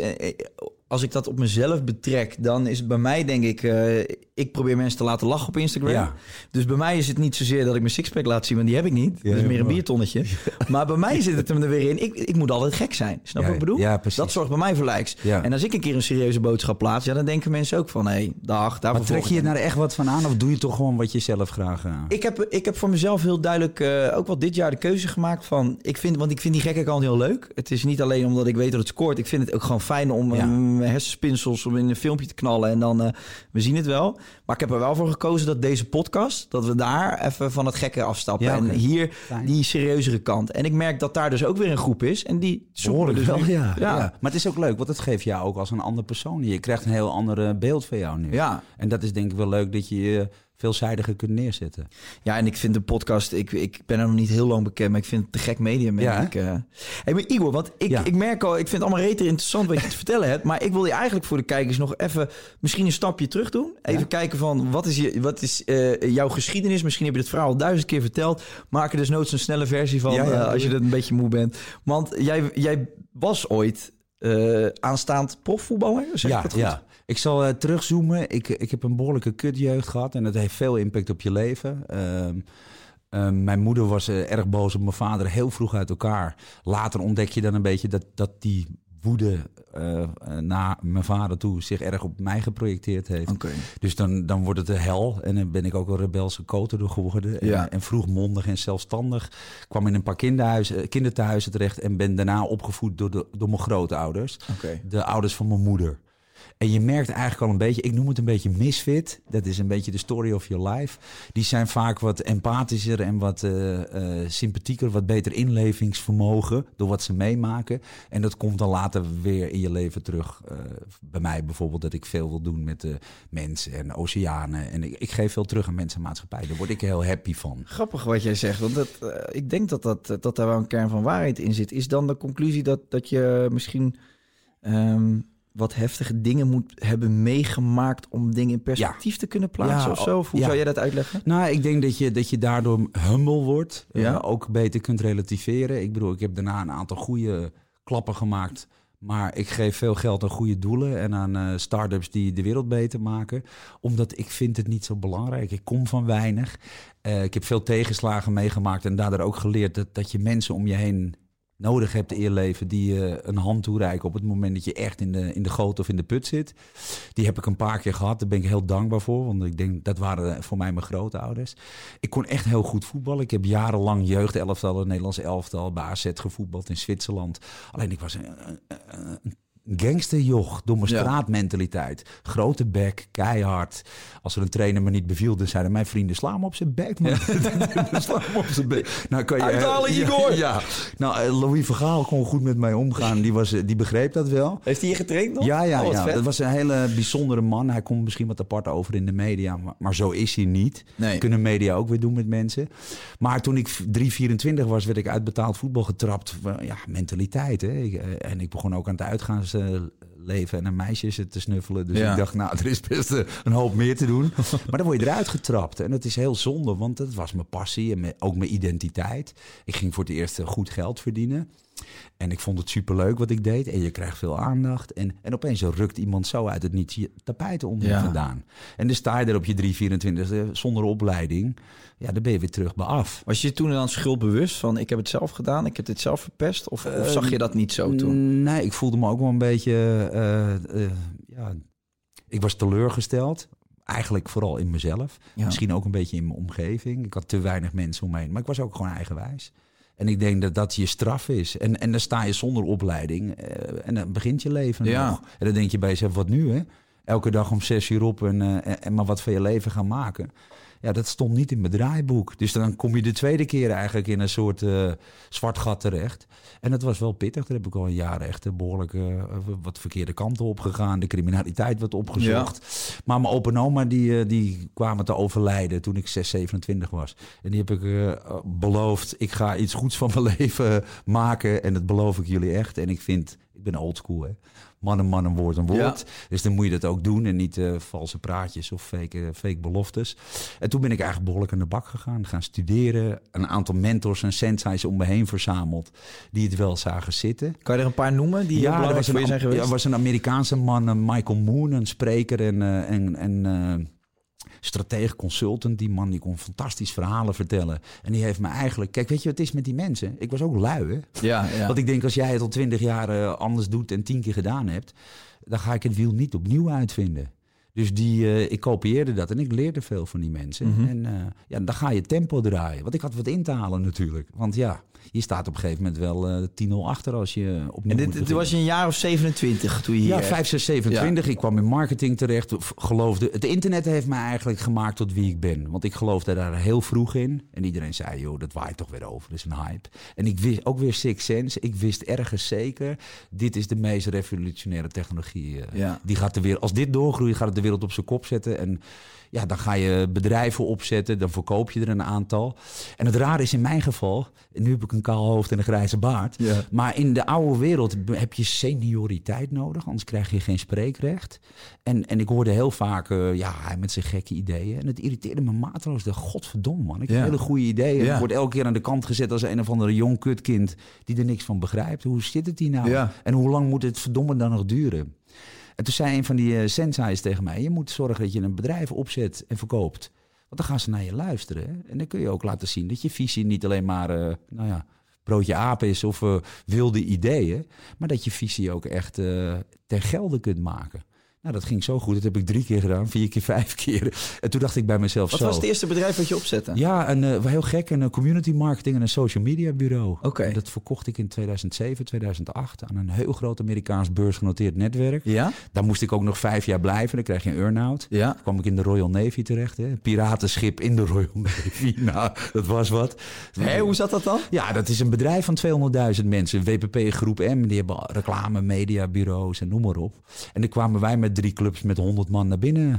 Als ik dat op mezelf betrek, dan is het bij mij, denk ik... ik probeer mensen te laten lachen op Instagram. Ja. Dus bij mij is het niet zozeer dat ik mijn sixpack laat zien, want die heb ik niet. Dat is meer een biertonnetje. Maar bij mij zit het er weer in. Ik moet altijd gek zijn. Snap je wat ik bedoel? Ja, precies. Dat zorgt bij mij voor likes. Ja. En als ik een keer een serieuze boodschap plaats, dan denken mensen ook van... dag, daarvoor. Maar trek je er echt wat van aan? Of doe je toch gewoon wat je zelf graag... Ik heb voor mezelf heel duidelijk ook wel dit jaar de keuze gemaakt van... Want ik vind die gekke kant heel leuk. Het is niet alleen omdat ik weet dat het scoort. Ik vind het ook gewoon fijn om mijn hersenspinsels om in een filmpje te knallen. En dan, we zien het wel. Maar ik heb er wel voor gekozen dat deze podcast... dat we daar even van het gekke afstappen. Ja, okay. En hier die serieuzere kant. En ik merk dat daar dus ook weer een groep is. En die zoeken dus wel. Ja. Maar het is ook leuk, want het geeft jou ook als een andere persoon. Je krijgt een heel ander beeld van jou nu. Ja. En dat is denk ik wel leuk dat je veelzijdiger kunt neerzetten. Ja, en ik vind de podcast... Ik ben er nog niet heel lang bekend, maar ik vind het te gek medium. Ja, hey, maar Igor, want ik merk al... Ik vind het allemaal rete interessant wat je te vertellen hebt. Maar ik wil je eigenlijk voor de kijkers nog even... misschien een stapje terug doen. Even kijken van, wat is jouw geschiedenis? Misschien heb je het verhaal al 1000 keer verteld. Maak er desnoods een snelle versie van... als je er een beetje moe bent. Want jij was ooit... aanstaand profvoetballer? Zeg ik dat goed? Ja. Ik zal terugzoomen. Ik heb een behoorlijke kutjeugd gehad en dat heeft veel impact op je leven. Mijn moeder was erg boos op mijn vader, heel vroeg uit elkaar. Later ontdek je dan een beetje dat die woede naar mijn vader toe zich erg op mij geprojecteerd heeft. Okay. Dus dan wordt het de hel. En dan ben ik ook een rebelse koter geworden. En vroeg mondig en zelfstandig. Kwam in een paar kinderthuizen terecht en ben daarna opgevoed door mijn grootouders. Okay. De ouders van mijn moeder. En je merkt eigenlijk al een beetje, ik noem het een beetje misfit. Dat is een beetje de story of your life. Die zijn vaak wat empathischer en wat sympathieker, wat beter inlevingsvermogen door wat ze meemaken. En dat komt dan later weer in je leven terug. Bij mij bijvoorbeeld dat ik veel wil doen met mensen en oceanen. En ik geef veel terug aan mensen en maatschappij. Daar word ik heel happy van. Grappig wat jij zegt, want ik denk dat daar wel een kern van waarheid in zit. Is dan de conclusie dat je misschien... wat heftige dingen moet hebben meegemaakt om dingen in perspectief te kunnen plaatsen of zo? Of hoe zou jij dat uitleggen? Nou, ik denk dat je daardoor humble wordt. Ook beter kunt relativeren. Ik bedoel, ik heb daarna een aantal goede klappen gemaakt. Maar ik geef veel geld aan goede doelen en aan start-ups die de wereld beter maken. Omdat ik vind het niet zo belangrijk. Ik kom van weinig. Ik heb veel tegenslagen meegemaakt en daardoor ook geleerd dat je mensen om je heen nodig hebt in je leven, die je een hand toereiken op het moment dat je echt in de goot of in de put zit. Die heb ik een paar keer gehad. Daar ben ik heel dankbaar voor, want ik denk dat waren voor mij mijn grootouders. Ik kon echt heel goed voetballen. Ik heb jarenlang jeugdelftal, Nederlands elftal, bij AZ gevoetbald in Zwitserland. Alleen ik was een gangsterjoch, domme straatmentaliteit. Grote bek, keihard. Als er een trainer me niet beviel, dan zeiden mijn vrienden, sla hem op zijn bek, man. Sla hem op zijn bek. Nou, kan je uithalen, Igor! Ja. Nou, Louis van Gaal kon goed met mij omgaan. Die begreep dat wel. Heeft hij je getraind nog? Ja. Dat was een hele bijzondere man. Hij komt misschien wat apart over in de media, maar zo is hij niet. Nee. Kunnen media ook weer doen met mensen. Maar toen ik 3-24 was, werd ik uit betaald voetbal getrapt. Ja, mentaliteit, hè. En ik begon ook aan het uitgaan leven en aan meisjes te snuffelen. Dus ik dacht, nou, er is best een hoop meer te doen. Maar dan word je eruit getrapt. En dat is heel zonde, want dat was mijn passie en ook mijn identiteit. Ik ging voor het eerst goed geld verdienen. En ik vond het superleuk wat ik deed. En je krijgt veel aandacht. En opeens rukt iemand zo uit het niets je tapijten onder vandaan. En dan sta je er op je 3-24 zonder opleiding. Ja, dan ben je weer terug bij af. Was je toen dan schuldbewust van ik heb het zelf gedaan, ik heb dit zelf verpest? Of zag je dat niet zo toen? Nee, ik voelde me ook wel een beetje... ik was teleurgesteld. Eigenlijk vooral in mezelf. Ja. Misschien ook een beetje in mijn omgeving. Ik had te weinig mensen om me heen. Maar ik was ook gewoon eigenwijs. En ik denk dat dat je straf is. En dan sta je zonder opleiding. En dan begint je leven nog. En dan denk je bij jezelf, wat nu, hè? Elke dag om 6 uur op en maar wat van je leven gaan maken. Ja, dat stond niet in mijn draaiboek. Dus dan kom je de tweede keer eigenlijk in een soort zwart gat terecht. En dat was wel pittig. Daar heb ik al een jaar echt behoorlijk wat verkeerde kanten op gegaan. De criminaliteit werd opgezocht. Ja. Maar mijn opa en oma die kwamen te overlijden toen ik 27 was. En die heb ik beloofd, ik ga iets goeds van mijn leven maken. En dat beloof ik jullie echt. En ik ben oldschool, hè. Man, een woord, een woord. Ja. Dus dan moet je dat ook doen en niet valse praatjes of fake beloftes. En toen ben ik eigenlijk behoorlijk aan de bak gaan studeren. Een aantal mentors en sensei's om me heen verzameld die het wel zagen zitten. Kan je er een paar noemen die belangrijk voor je zijn geweest? Ja, er was een Amerikaanse man, Michael Moon, een spreker en stratege consultant. Die man die kon fantastisch verhalen vertellen. En die heeft me eigenlijk... Kijk, weet je wat het is met die mensen? Ik was ook lui, hè? Ja. Want ik denk, als jij het al 20 jaar anders doet en 10 keer gedaan hebt, dan ga ik het wiel niet opnieuw uitvinden. Dus ik kopieerde dat en ik leerde veel van die mensen. Mm-hmm. En dan ga je tempo draaien. Want ik had wat in te halen natuurlijk. Want ja, je staat op een gegeven moment wel 10-0 achter als je opnieuw moet beginnen. Toen was je een jaar of 27 toen je hier... Ja, 5, 6, 27. Ja. Ik kwam in marketing terecht. Het internet heeft mij eigenlijk gemaakt tot wie ik ben. Want ik geloofde daar heel vroeg in. En iedereen zei, joh, dat waait toch weer over. Dat is een hype. En ik wist ook weer Sixth Sense. Ik wist ergens zeker, dit is de meest revolutionaire technologie. Die gaat de wereld, als dit doorgroeit, gaat het de wereld op zijn kop zetten. En ja, dan ga je bedrijven opzetten, dan verkoop je er een aantal. En het rare is in mijn geval, nu heb ik een kaal hoofd en een grijze baard. Ja. Maar in de oude wereld heb je senioriteit nodig, anders krijg je geen spreekrecht. En ik hoorde heel vaak, hij met zijn gekke ideeën. En het irriteerde me mateloos. Godverdomme, man. Ik heb hele goede ideeën. Ja. Ik word elke keer aan de kant gezet als een of andere jong kutkind die er niks van begrijpt. Hoe zit het hier nou? Ja. En hoe lang moet het verdomme dan nog duren? En toen zei een van die sensei's tegen mij, je moet zorgen dat je een bedrijf opzet en verkoopt. Want dan gaan ze naar je luisteren. Hè? En dan kun je ook laten zien dat je visie niet alleen maar broodje aap is of wilde ideeën. Maar dat je visie ook echt ter gelde kunt maken. Nou, dat ging zo goed. Dat heb ik 3 keer gedaan, 4 keer, 5 keer. En toen dacht ik bij mezelf Wat was het eerste bedrijf wat je opzette? Ja, heel gek. Een community marketing en een social media bureau. Okay. Dat verkocht ik in 2007, 2008 aan een heel groot Amerikaans beursgenoteerd netwerk. Ja? Daar moest ik ook nog 5 jaar blijven. Dan krijg je een earn-out. Ja? Toen kwam ik in de Royal Navy terecht. Hè? Een piratenschip in de Royal Navy. Nou, dat was wat. Hoe zat dat dan? Ja, dat is een bedrijf van 200.000 mensen. WPP Groep M. Die hebben reclame, media, bureaus en noem maar op. En dan kwamen wij met 3 clubs met 100 man naar binnen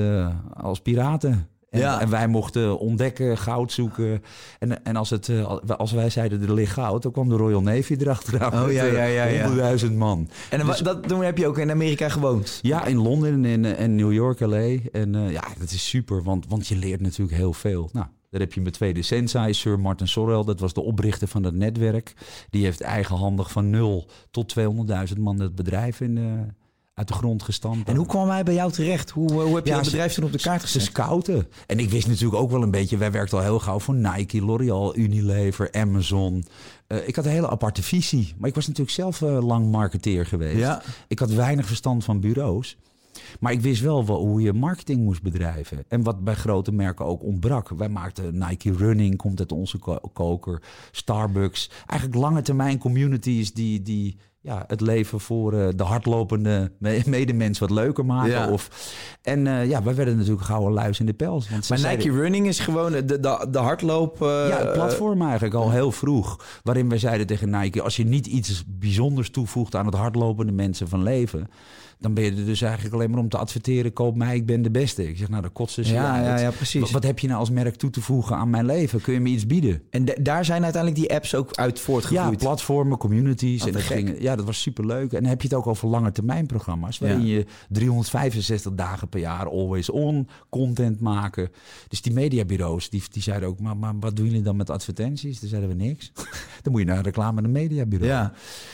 als piraten. En wij mochten ontdekken, goud zoeken. En als wij zeiden er ligt goud, dan kwam de Royal Navy erachteraan. Met 100.000 man. En toen heb je ook in Amerika gewoond? Ja, in Londen en New York, LA. En dat is super, want je leert natuurlijk heel veel. Nou, daar heb je mijn tweede sensei, Sir Martin Sorrell. Dat was de oprichter van dat netwerk. Die heeft eigenhandig van 0 tot 200.000 man het bedrijf uit de grond gestampt. En hoe kwam hij bij jou terecht? Hoe heb je dat bedrijf toen op de kaart gezet? Ze scouten. En ik wist natuurlijk ook wel een beetje... Wij werkten al heel gauw voor Nike, L'Oreal, Unilever, Amazon. Ik had een hele aparte visie. Maar ik was natuurlijk zelf lang marketeer geweest. Ja. Ik had weinig verstand van bureaus. Maar ik wist wel hoe je marketing moest bedrijven. En wat bij grote merken ook ontbrak. Wij maakten Nike Running, komt uit onze koker. Starbucks. Eigenlijk lange termijn communities die het leven voor de hardlopende medemens wat leuker maken. Ja. Wij werden natuurlijk gauw luis in de pels. Want maar Nike Running is gewoon de hardloop... het platform eigenlijk al heel vroeg. Waarin wij zeiden tegen Nike... als je niet iets bijzonders toevoegt aan het hardlopende mensen van leven... dan ben je er dus eigenlijk alleen maar om te adverteren... koop mij, ik ben de beste. Ik zeg, nou, dat kotsen ze uit. Ja, precies. Wat heb je nou als merk toe te voegen aan mijn leven? Kun je me iets bieden? En daar zijn uiteindelijk die apps ook uit voortgegroeid? Ja, platformen, communities. Dat was superleuk. En dan heb je het ook over lange termijn programma's... waarin je 365 dagen per jaar always on content maken. Dus die mediabureaus, die zeiden ook... Maar wat doen jullie dan met advertenties? Toen zeiden we niks. Dan moet je naar een reclame en een mediabureau. Ja.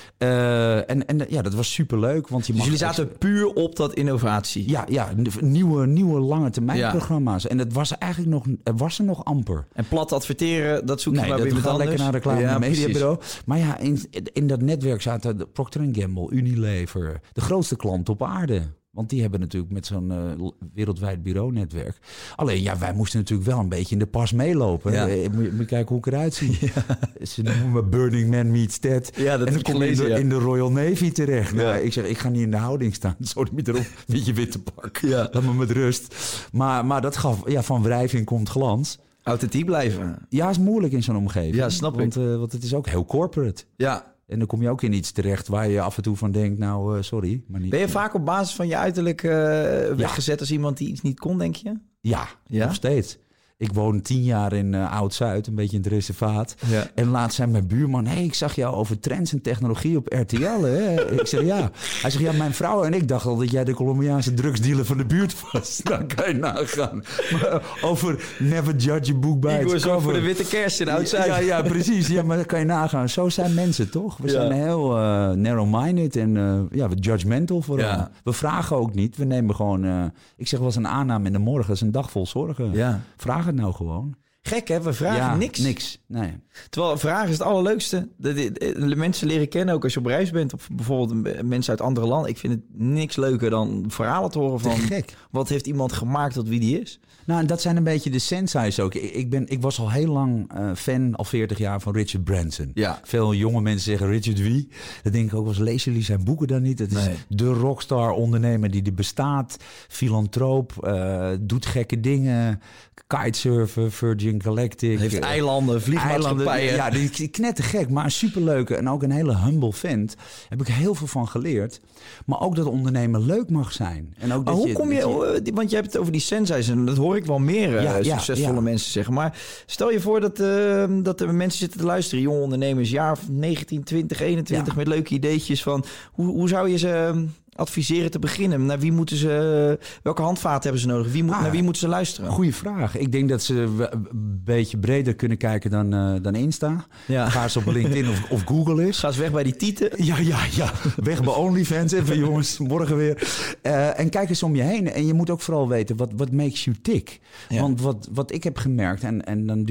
Dat was superleuk. Want dus jullie zaten puur op dat innovatie? Ja, nieuwe lange termijn programma's. En het was eigenlijk nog amper. En plat adverteren, dat zoek je maar weer met anders? Lekker naar reclame en mediabureau. Maar ja, in dat netwerk zaten Procter & Gamble, Unilever, de grootste klant op aarde. Want die hebben natuurlijk met zo'n wereldwijd bureaunetwerk. Alleen, wij moesten natuurlijk wel een beetje in de pas meelopen. Ja. Moet je kijken hoe ik eruit zie. Ja. Ze noemen me Burning Man meets Ted. Ja, dat en dan kom je in de Royal Navy terecht. Ja. Nou, ik zeg, ik ga niet in de houding staan. Sorry, met erop met je witte pak. Ja. Laat me met rust. Maar dat gaf, van wrijving komt glans. Authentiek blijven. Ja, is moeilijk in zo'n omgeving. Ja, snap ik. Want het is ook heel corporate. Ja. En dan kom je ook in iets terecht waar je af en toe van denkt... sorry, maar niet... Ben je vaak op basis van je uiterlijk weggezet als iemand die iets niet kon, denk je? Ja, nog steeds. Ik woon 10 jaar in Oud-Zuid, een beetje in het reservaat. Ja. En laatst zei mijn buurman... ik zag jou over trends en technologie op RTL. Hè? Ik zeg ja. Hij zegt mijn vrouw en ik dacht al dat jij de Colombiaanse drugsdealer van de buurt was. Dan kan je nagaan. Maar over never judge a book by its cover. Ik was voor de witte kerst in Oud-Zuid. Ja, precies. Ja, maar dan kan je nagaan. Zo zijn mensen toch? We zijn heel narrow-minded en judgmental vooral. Ja. We vragen ook niet. We nemen gewoon... ik zeg wel eens een aanname in de morgen. Dat is een dag vol zorgen. Ja. Vraag het nou gewoon. Gek, hè? We vragen niks. Nee. Terwijl vragen is het allerleukste. De mensen leren kennen, ook als je op reis bent... of bijvoorbeeld mensen uit andere landen. Ik vind het niks leuker dan verhalen te horen van... Gek. Wat heeft iemand gemaakt tot wie die is? Nou, en dat zijn een beetje de sensei's ook. Ik was al heel lang fan, al 40 jaar, van Richard Branson. Ja. Veel jonge mensen zeggen, Richard wie? Dan denk ik ook wel eens, lezen jullie zijn boeken dan niet? Het is de rockstar ondernemer die er bestaat. Filantroop, doet gekke dingen... Kitesurfen, Virgin Galactic. Heeft eilanden, vliegmaatschappijen. Ja, die knettergek, maar een superleuke en ook een hele humble vent. Heb ik heel veel van geleerd. Maar ook dat ondernemen leuk mag zijn. En ook maar want je hebt het over die sensei's en dat hoor ik wel meer succesvolle mensen zeggen. Maar stel je voor dat er mensen zitten te luisteren, jonge ondernemers, jaar 19, 20, 21, met leuke ideetjes van hoe zou je ze... adviseren te beginnen? Naar wie moeten ze... Welke handvaten hebben ze nodig? Naar wie moeten ze luisteren? Goeie vraag. Ik denk dat ze een beetje breder kunnen kijken dan Insta. Ja. Ga eens op LinkedIn of Google eens. Ga eens weg bij die tieten. Ja. Weg bij OnlyFans. Even jongens, morgen weer. En kijk eens om je heen. En je moet ook vooral weten, wat makes you tick? Ja. Want wat ik heb gemerkt, en dan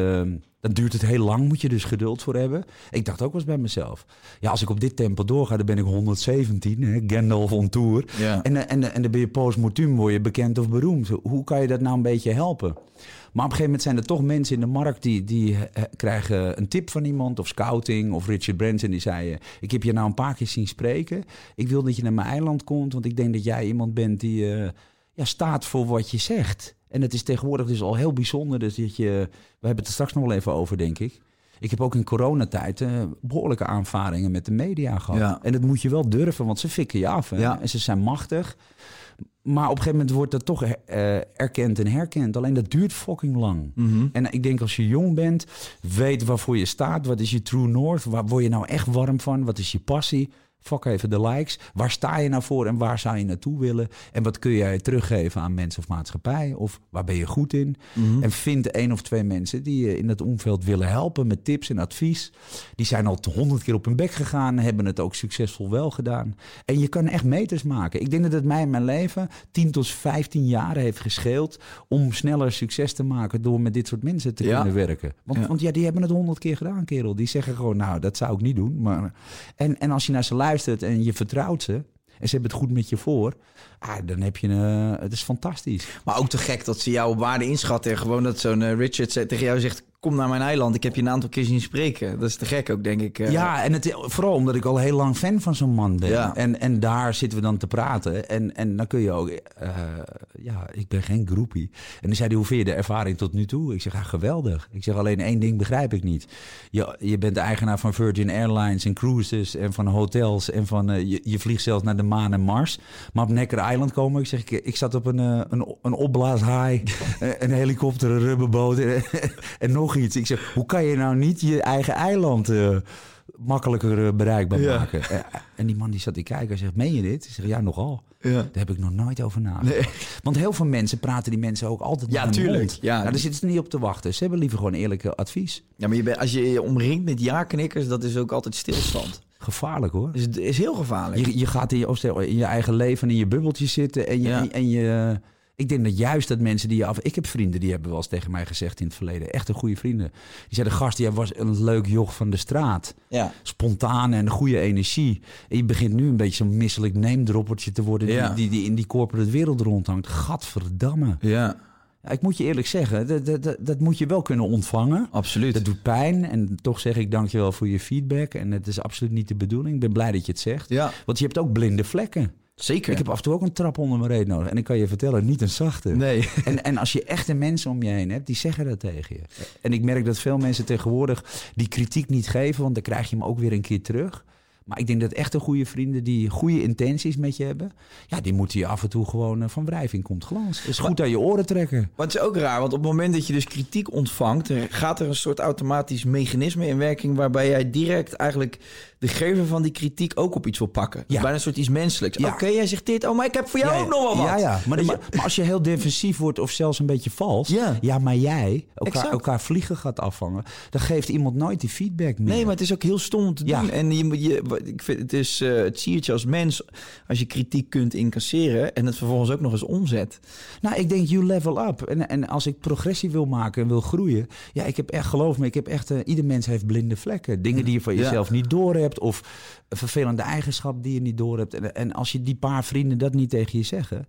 duurt het heel lang, moet je dus geduld voor hebben. Ik dacht ook wel eens bij mezelf. Ja, als ik op dit tempo doorga, dan ben ik 117. Hè, Gandalf on tour. Ja. En dan ben je post-mortem, word je bekend of beroemd. Hoe kan je dat nou een beetje helpen? Maar op een gegeven moment zijn er toch mensen in de markt... die krijgen een tip van iemand of scouting. Of Richard Branson die zei... ik heb je nou een paar keer zien spreken. Ik wil dat je naar mijn eiland komt. Want ik denk dat jij iemand bent die staat voor wat je zegt. En het is tegenwoordig dus al heel bijzonder. Dus we hebben het er straks nog wel even over, denk ik. Ik heb ook in coronatijd behoorlijke aanvaringen met de media gehad. Ja. En dat moet je wel durven, want ze fikken je af. Ja. En ze zijn machtig. Maar op een gegeven moment wordt dat toch erkend en herkend. Alleen dat duurt fucking lang. Mm-hmm. En ik denk als je jong bent, weet waarvoor je staat. Wat is je true north? Waar word je nou echt warm van? Wat is je passie? Fuck even de likes. Waar sta je nou voor en waar zou je naartoe willen? En wat kun jij teruggeven aan mensen of maatschappij? Of waar ben je goed in? Mm-hmm. En vind 1 of 2 mensen die je in dat omveld willen helpen met tips en advies. Die zijn al 100 keer op hun bek gegaan, hebben het ook succesvol wel gedaan. En je kan echt meters maken. Ik denk dat het mij in mijn leven 10 tot 15 jaar heeft gescheeld om sneller succes te maken door met dit soort mensen te kunnen werken. Want die hebben het 100 keer gedaan, kerel. Die zeggen gewoon, nou, dat zou ik niet doen. Maar... En als je naar ze luistert en je vertrouwt ze en ze hebben het goed met je voor, dan heb je het is fantastisch. Maar ook te gek dat ze jouw waarde inschatten en gewoon dat zo'n Richard tegen jou zegt, kom naar mijn eiland, ik heb je een aantal keer zien spreken. Dat is te gek ook, denk ik. Ja, en vooral omdat ik al heel lang fan van zo'n man ben. Ja. En daar zitten we dan te praten. En dan kun je ook... ik ben geen groepie. En dan zei hij, hoe vind je de ervaring tot nu toe? Ik zeg, geweldig. Ik zeg, alleen 1 ding begrijp ik niet. Je bent de eigenaar van Virgin Airlines en cruises en van hotels. En van je vliegt zelfs naar de maan en Mars. Maar op Necker Island komen, ik zeg, ik zat op een opblaashaai, een helikopter, een rubberboot en nog iets. Ik zeg, hoe kan je nou niet je eigen eiland makkelijker bereikbaar maken? En die man die zat te kijken en zegt, meen je dit? Ik zeg, ja, nogal. Ja. Daar heb ik nog nooit over nagedacht. Nee. Want heel veel mensen praten die mensen ook altijd naar de mond. Ja, daar zitten ze niet op te wachten. Ze hebben liever gewoon eerlijke advies. Ja, maar als je je omringt met ja-knikkers, dat is ook altijd stilstand. Gevaarlijk, hoor. Het is heel gevaarlijk. Je gaat in je eigen leven in je bubbeltje zitten en je ik denk dat juist dat mensen die ik heb vrienden die hebben wel eens tegen mij gezegd in het verleden. Echte goede vrienden. Die zeiden, gast, jij was een leuk joch van de straat. Ja. Spontaan en goede energie. En je begint nu een beetje zo'n misselijk neemdroppertje te worden die in die corporate wereld rondhangt. Gadverdamme. Ja. Ja, ik moet je eerlijk zeggen, dat moet je wel kunnen ontvangen. Absoluut. Dat doet pijn en toch zeg ik dankjewel voor je feedback. En het is absoluut niet de bedoeling. Ik ben blij dat je het zegt. Ja. Want je hebt ook blinde vlekken. Zeker. Ik heb af en toe ook een trap onder mijn reet nodig. En ik kan je vertellen, niet een zachte. Nee. En als je echte mensen om je heen hebt, die zeggen dat tegen je. En ik merk dat veel mensen tegenwoordig die kritiek niet geven, want dan krijg je hem ook weer een keer terug. Maar ik denk dat echte goede vrienden die goede intenties met je hebben, ja, die moeten je af en toe gewoon van wrijving komt glans. Het is goed aan je oren trekken. Maar het is ook raar, want op het moment dat je dus kritiek ontvangt, gaat er een soort automatisch mechanisme in werking waarbij jij direct eigenlijk de gever van die kritiek ook op iets wil pakken. Ja. Bijna een soort iets menselijks. Ja. Oké, jij zegt dit, maar ik heb voor jou ook nog wel wat. Ja. Maar als je heel defensief wordt of zelfs een beetje vals, maar jij elkaar vliegen gaat afvangen, dan geeft iemand nooit die feedback meer. Nee, maar het is ook heel stom te doen. En ik vind het is het siertje als mens als je kritiek kunt incasseren en het vervolgens ook nog eens omzet. Nou, ik denk you level up. En als ik progressie wil maken en wil groeien, ik heb echt, geloof me, ieder mens heeft blinde vlekken. Dingen die je van jezelf niet door hebt of een vervelende eigenschap die je niet door hebt. En als je die paar vrienden dat niet tegen je zeggen,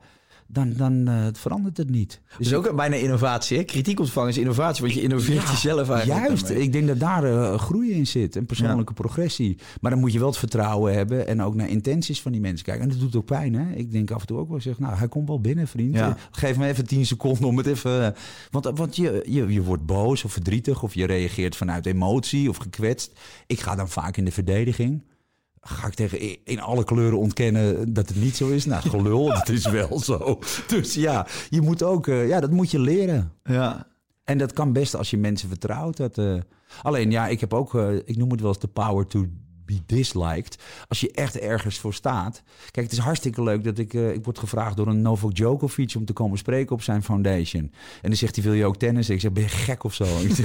dan verandert het niet. Dus ook bijna innovatie, hè? Kritiek ontvangen is innovatie, want je innoveert jezelf eigenlijk. Juist, ik denk dat daar groei in zit, een persoonlijke progressie. Maar dan moet je wel het vertrouwen hebben en ook naar intenties van die mensen kijken. En dat doet ook pijn, hè? Ik denk af en toe ook wel, hij komt wel binnen, vriend. Ja. Geef me even 10 seconden om het even... Want je wordt boos of verdrietig of je reageert vanuit emotie of gekwetst. Ik ga dan vaak in de verdediging. Ga ik tegen in alle kleuren ontkennen dat het niet zo is? Nou, gelul, het is wel zo. Dus je moet ook, dat moet je leren. Ja. En dat kan best als je mensen vertrouwt. Alleen, ik heb ook, ik noem het wel eens de power to be disliked. Als je echt ergens voor staat. Kijk, het is hartstikke leuk dat ik word gevraagd door een Novak Djokovic om te komen spreken op zijn foundation. En dan zegt hij, wil je ook tennissen? Ik zeg, ben je gek of zo?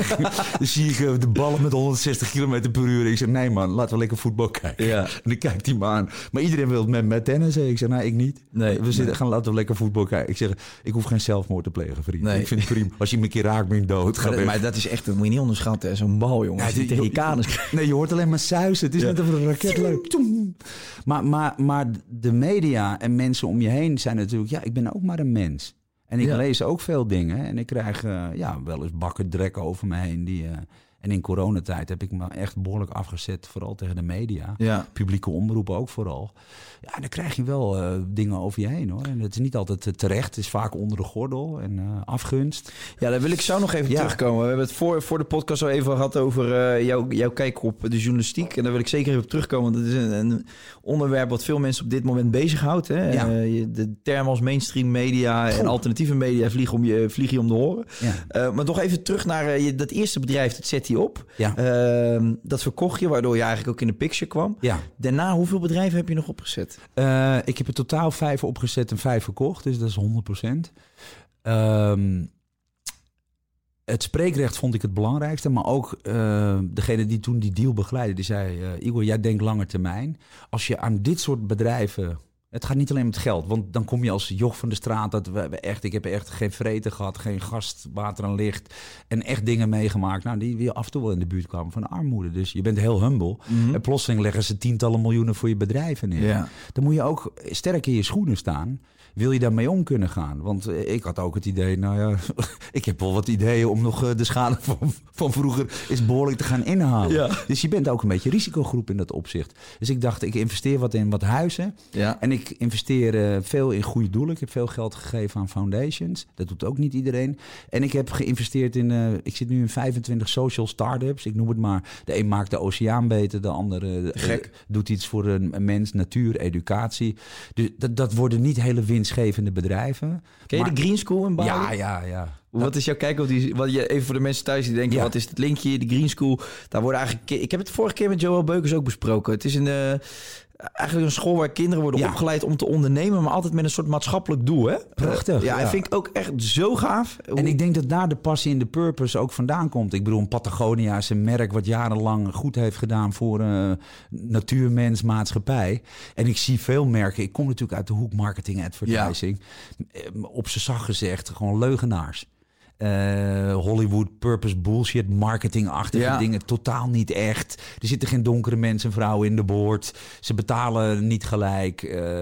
Dan zie ik de ballen met 160 km per uur. Ik zeg, nee man, laten we lekker voetbal kijken. Ja. En dan kijkt hij me aan. Maar iedereen wil met tennissen. Ik zeg, nee, ik niet. Laten we lekker voetbal kijken. Ik zeg, ik hoef geen zelfmoord te plegen, vriend. Nee. Ik vind het prima. Als je me een keer raakt, ben ik dood. Maar dat is echt, dat moet je niet onderschatten, hè? Zo'n bal, jongen. Ja, tegen je kanus. Nee, je hoort alleen maar suizen. Het is net een raket leuk. Maar de media en mensen om je heen zijn natuurlijk... Ja, ik ben ook maar een mens. En ik lees ook veel dingen. En ik krijg wel eens bakken drek over me heen. En in coronatijd heb ik me echt behoorlijk afgezet. Vooral tegen de media. Ja. Publieke omroepen ook vooral. Ja, dan krijg je wel dingen over je heen, hoor. En het is niet altijd terecht. Het is vaak onder de gordel en afgunst. Ja, daar wil ik zo nog even terugkomen. We hebben het voor de podcast al even gehad over jouw kijk op de journalistiek. En daar wil ik zeker even op terugkomen. Want het is een onderwerp wat veel mensen op dit moment bezighoudt. Hè? Ja. De term als mainstream media en alternatieve media vliegen je om de horen. Ja. Maar toch even terug naar dat eerste bedrijf, dat ZTM. hij op. Ja. Dat verkocht je, waardoor je eigenlijk ook in de picture kwam. Ja. Daarna, hoeveel bedrijven heb je nog opgezet? Ik heb er totaal 5 opgezet en 5 verkocht. Dus dat is 100%. Het spreekrecht vond ik het belangrijkste. Maar ook degene die toen die deal begeleidde, die zei... Igor, jij denkt langer termijn. Als je aan dit soort bedrijven... Het gaat niet alleen om het geld, want dan kom je als joch van de straat. Ik heb echt geen vreten gehad, geen gas, water en licht. En echt dingen meegemaakt die weer af en toe wel in de buurt kwamen van de armoede. Dus je bent heel humble. En plotseling leggen ze tientallen miljoenen voor je bedrijven neer. Ja. Dan moet je ook sterk in je schoenen staan. Wil je daarmee om kunnen gaan? Want ik had ook het idee, ik heb wel wat ideeën om nog de schade van vroeger eens behoorlijk te gaan inhalen. Ja. Dus je bent ook een beetje risicogroep in dat opzicht. Dus ik dacht, ik investeer wat in wat huizen. Ja. En ik investeer veel in goede doelen. Ik heb veel geld gegeven aan foundations. Dat doet ook niet iedereen. En ik heb geïnvesteerd in, ik zit nu in 25 social startups. Ik noem het maar, de een maakt de oceaan beter, de andere doet iets voor een mens, natuur, educatie. Dus dat worden niet hele winstgevende bedrijven. Ken je de Green School in Bali? Ja. Wat is jouw kijk op die? Even voor de mensen thuis die denken, wat is het linkje? De Green School, daar worden eigenlijk... Ik heb het vorige keer met Joël Beukers ook besproken. Het is eigenlijk een school waar kinderen worden opgeleid om te ondernemen, maar altijd met een soort maatschappelijk doel. Hè? Prachtig. Dat vind ik ook echt zo gaaf. En ik denk dat daar de passie en de purpose ook vandaan komt. Ik bedoel, Patagonia is een merk wat jarenlang goed heeft gedaan voor natuurmens, maatschappij. En ik zie veel merken. Ik kom natuurlijk uit de hoek marketing, advertising. Op z'n zacht gezegd, gewoon leugenaars. Hollywood, purpose, bullshit, marketingachtige dingen. Totaal niet echt. Er zitten geen donkere mensen en vrouwen in de boord. Ze betalen niet gelijk.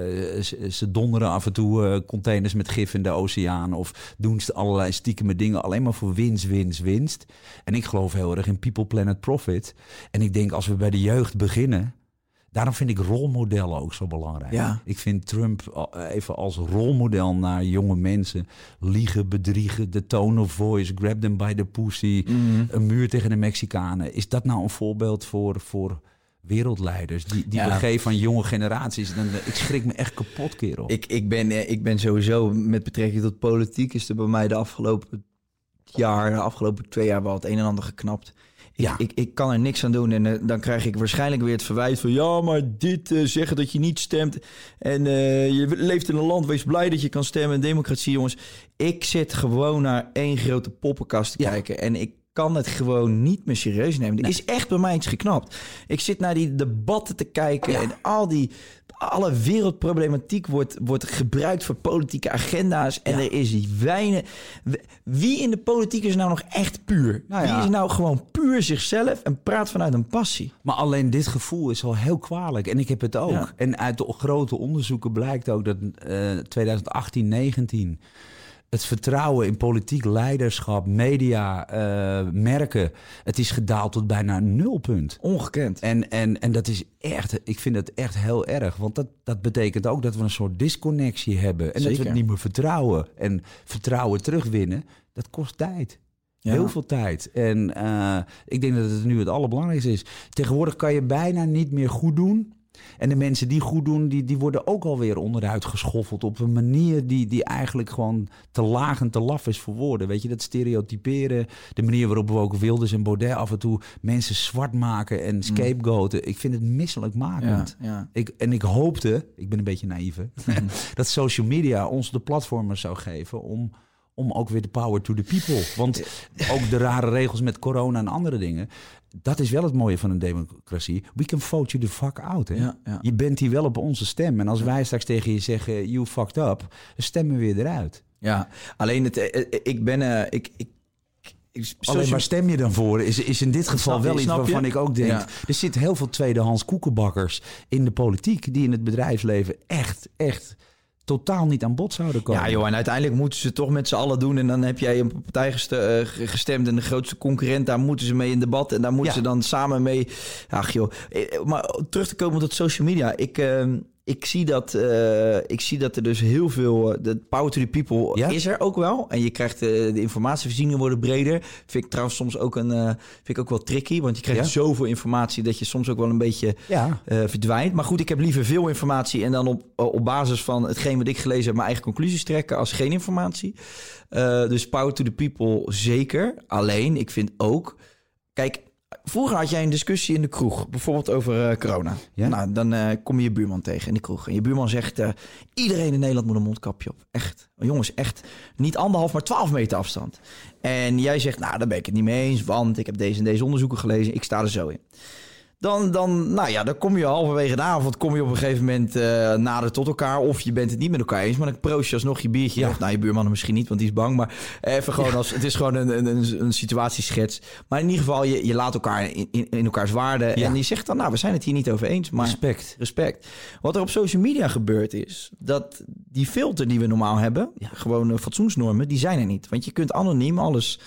Ze donderen af en toe containers met gif in de oceaan. Of doen ze allerlei stiekeme dingen. Alleen maar voor winst. En ik geloof heel erg in people, planet, profit. En ik denk, als we bij de jeugd beginnen... Daarom vind ik rolmodellen ook zo belangrijk. Ja. Ik vind Trump even als rolmodel naar jonge mensen. Liegen, bedriegen, de tone of voice, grab them by the pussy. Een muur tegen de Mexicanen. Is dat nou een voorbeeld voor wereldleiders die begeven aan jonge generaties? Ik schrik me echt kapot, kerel. Ik ben sowieso met betrekking tot politiek... is er bij mij de afgelopen 2 jaar wel het een en ander geknapt. Ik kan er niks aan doen en dan krijg ik waarschijnlijk weer het verwijt van... ja, maar dit zeggen dat je niet stemt en je leeft in een land, wees blij dat je kan stemmen. Democratie, jongens. Ik zit gewoon naar één grote poppenkast te kijken en ik kan het gewoon niet meer serieus nemen. Er is echt bij mij iets geknapt. Ik zit naar die debatten te kijken en alle wereldproblematiek wordt gebruikt voor politieke agenda's. En er is weinig... Wie in de politiek is nou nog echt puur? Wie is nou gewoon puur zichzelf en praat vanuit een passie? Maar alleen dit gevoel is al heel kwalijk. En ik heb het ook. Ja. En uit de grote onderzoeken blijkt ook dat 2018, 19... het vertrouwen in politiek leiderschap, media, merken... het is gedaald tot bijna 0 punt. Ongekend. En dat is echt... Ik vind het echt heel erg. Want dat betekent ook dat we een soort disconnectie hebben. En dat we het niet meer vertrouwen. En vertrouwen terugwinnen, dat kost tijd. Ja. Heel veel tijd. En ik denk dat het nu het allerbelangrijkste is. Tegenwoordig kan je bijna niet meer goed doen... En de mensen die goed doen, die worden ook alweer onderuit geschoffeld... op een manier die eigenlijk gewoon te laag en te laf is voor woorden. Weet je, dat stereotyperen, de manier waarop we ook Wilders en Baudet af en toe... mensen zwart maken en scapegoaten. Ik vind het misselijkmakend. Ja. Ik hoopte, ik ben een beetje naïef... dat social media ons de platformen zou geven om ook weer de power to the people. Want ook de rare regels met corona en andere dingen... Dat is wel het mooie van een democratie. We can vote you the fuck out. Hè? Ja. Je bent hier wel op onze stem. En als wij straks tegen je zeggen, you fucked up... dan stemmen we weer eruit. Ja, alleen alleen waar stem je dan voor? Is in dit geval wel iets waarvan ik ook denk... Ja. Er zitten heel veel tweedehands koekenbakkers in de politiek... die in het bedrijfsleven echt totaal niet aan bod zouden komen. Ja joh, en uiteindelijk moeten ze toch met z'n allen doen... en dan heb jij een partij gestemd... en de grootste concurrent, daar moeten ze mee in debat... en daar moeten ze dan samen mee... Ach joh, maar terug te komen tot social media... Ik zie dat er dus heel veel... de power to the people is er ook wel. En je krijgt de informatievoorzieningen worden breder. Vind ik trouwens soms ook wel tricky. Want je krijgt zoveel informatie... dat je soms ook wel een beetje verdwijnt. Maar goed, ik heb liever veel informatie... en dan op basis van hetgeen wat ik gelezen heb... mijn eigen conclusies trekken als geen informatie. Dus power to the people zeker. Alleen, ik vind ook... Kijk, vroeger had jij een discussie in de kroeg, bijvoorbeeld over corona. Ja? Nou, dan kom je je buurman tegen in de kroeg. En je buurman zegt, iedereen in Nederland moet een mondkapje op. Echt. Jongens, echt niet 1,5, maar 12 meter afstand. En jij zegt, nou, daar ben ik het niet mee eens, want ik heb deze en deze onderzoeken gelezen. Ik sta er zo in. Dan kom je halverwege de avond op een gegeven moment nader tot elkaar. Of je bent het niet met elkaar eens, maar dan proost je alsnog je biertje. Ja. Of je buurman misschien niet, want die is bang. Maar even gewoon het is gewoon een situatieschets. Maar in ieder geval, je laat elkaar in elkaars waarde. Ja. En je zegt dan, nou, we zijn het hier niet over eens. Maar respect. Wat er op social media gebeurd is, dat die filter die we normaal hebben, gewoon fatsoensnormen, die zijn er niet. Want je kunt anoniem alles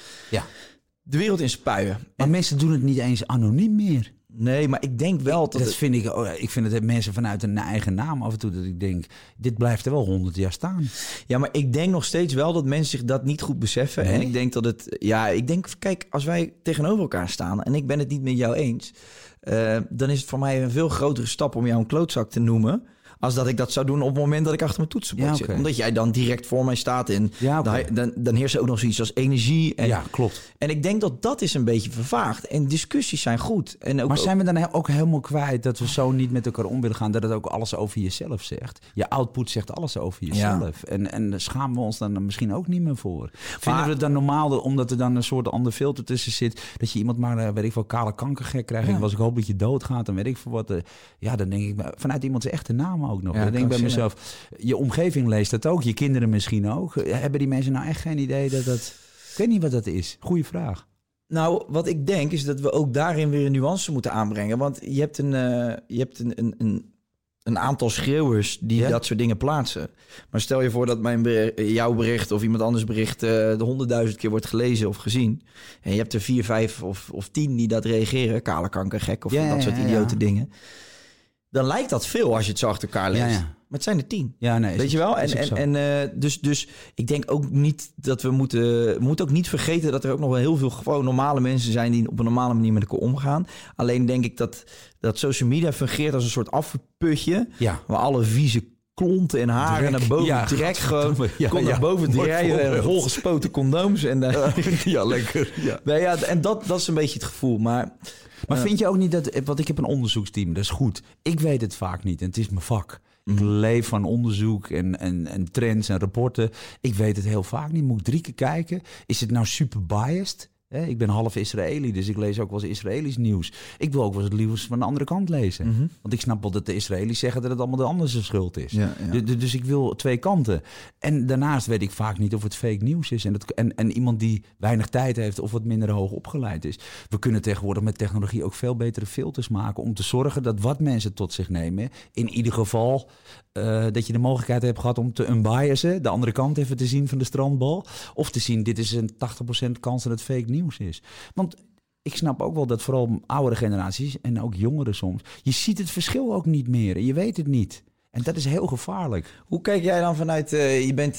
de wereld in spuien. Maar mensen doen het niet eens anoniem meer. Nee, maar ik denk wel dat vind ik vind het mensen vanuit hun eigen naam af en toe dat ik denk, dit blijft er wel 100 jaar staan. Ja, maar ik denk nog steeds wel dat mensen zich dat niet goed beseffen. Nee? En ik denk dat kijk, als wij tegenover elkaar staan en ik ben het niet met jou eens, dan is het voor mij een veel grotere stap om jou een klootzak te noemen, als dat ik dat zou doen op het moment dat ik achter mijn toetsenbord zit. Omdat jij dan direct voor mij staat en dan heerst er ook nog zoiets als energie. En, klopt. En ik denk dat is een beetje vervaagd. En discussies zijn goed. En ook, maar zijn we dan ook helemaal kwijt dat we zo niet met elkaar om willen gaan, dat het ook alles over jezelf zegt? Je output zegt alles over jezelf. Ja. En daar schamen we ons dan misschien ook niet meer voor. Vinden we het dan normaal, omdat er dan een soort ander filter tussen zit, dat je iemand maar, weet ik veel, kale kankergek krijgt. En als ik hoop dat je doodgaat, dan weet ik veel wat. Dan denk ik, vanuit iemands echte naam ook nog. Dan denk ik bij mezelf, je omgeving leest dat ook, je kinderen misschien ook. Hebben die mensen nou echt geen idee dat... Ik weet niet wat dat is. Goeie vraag. Nou, wat ik denk is dat we ook daarin weer een nuance moeten aanbrengen. Want je hebt een aantal schreeuwers die dat soort dingen plaatsen. Maar stel je voor dat jouw bericht of iemand anders bericht 100.000 keer wordt gelezen of gezien. En je hebt er 4, 5 of 10 die dat reageren. Kale kanker, gek of dat soort idiote dingen. Dan lijkt dat veel als je het zo achter elkaar leest. Ja. Maar het zijn er 10. Ja, nee, weet je wel? Dus ik denk ook niet dat we moeten ook niet vergeten dat er ook nog wel heel veel gewoon normale mensen zijn die op een normale manier met elkaar omgaan. Alleen denk ik dat social media fungeert als een soort afvoerputje. Ja. Waar alle vieze klonten en haren naar boven trek gewoon. Komt naar boven draaien en volgespoten condooms. En, lekker. Ja. En dat is een beetje het gevoel. Maar vind je ook niet dat... Want ik heb een onderzoeksteam, dat is goed. Ik weet het vaak niet en het is mijn vak. Ik leef van onderzoek en trends en rapporten. Ik weet het heel vaak niet. Moet ik 3 keer kijken. Is het nou super biased? Ik ben half Israëli, dus ik lees ook wel eens Israëlisch nieuws. Ik wil ook wel eens het nieuws van de andere kant lezen. Mm-hmm. Want ik snap wel dat de Israëli's zeggen dat het allemaal de andere schuld is. Ja. Dus ik wil 2 kanten. En daarnaast weet ik vaak niet of het fake nieuws is. En iemand die weinig tijd heeft of wat minder hoog opgeleid is. We kunnen tegenwoordig met technologie ook veel betere filters maken om te zorgen dat wat mensen tot zich nemen, in ieder geval dat je de mogelijkheid hebt gehad om te unbiasen, de andere kant even te zien van de strandbal. Of te zien, dit is een 80% kans dat het fake nieuws is. Want ik snap ook wel dat vooral oudere generaties en ook jongeren soms, je ziet het verschil ook niet meer. Je weet het niet. En dat is heel gevaarlijk. Hoe kijk jij dan vanuit, je bent...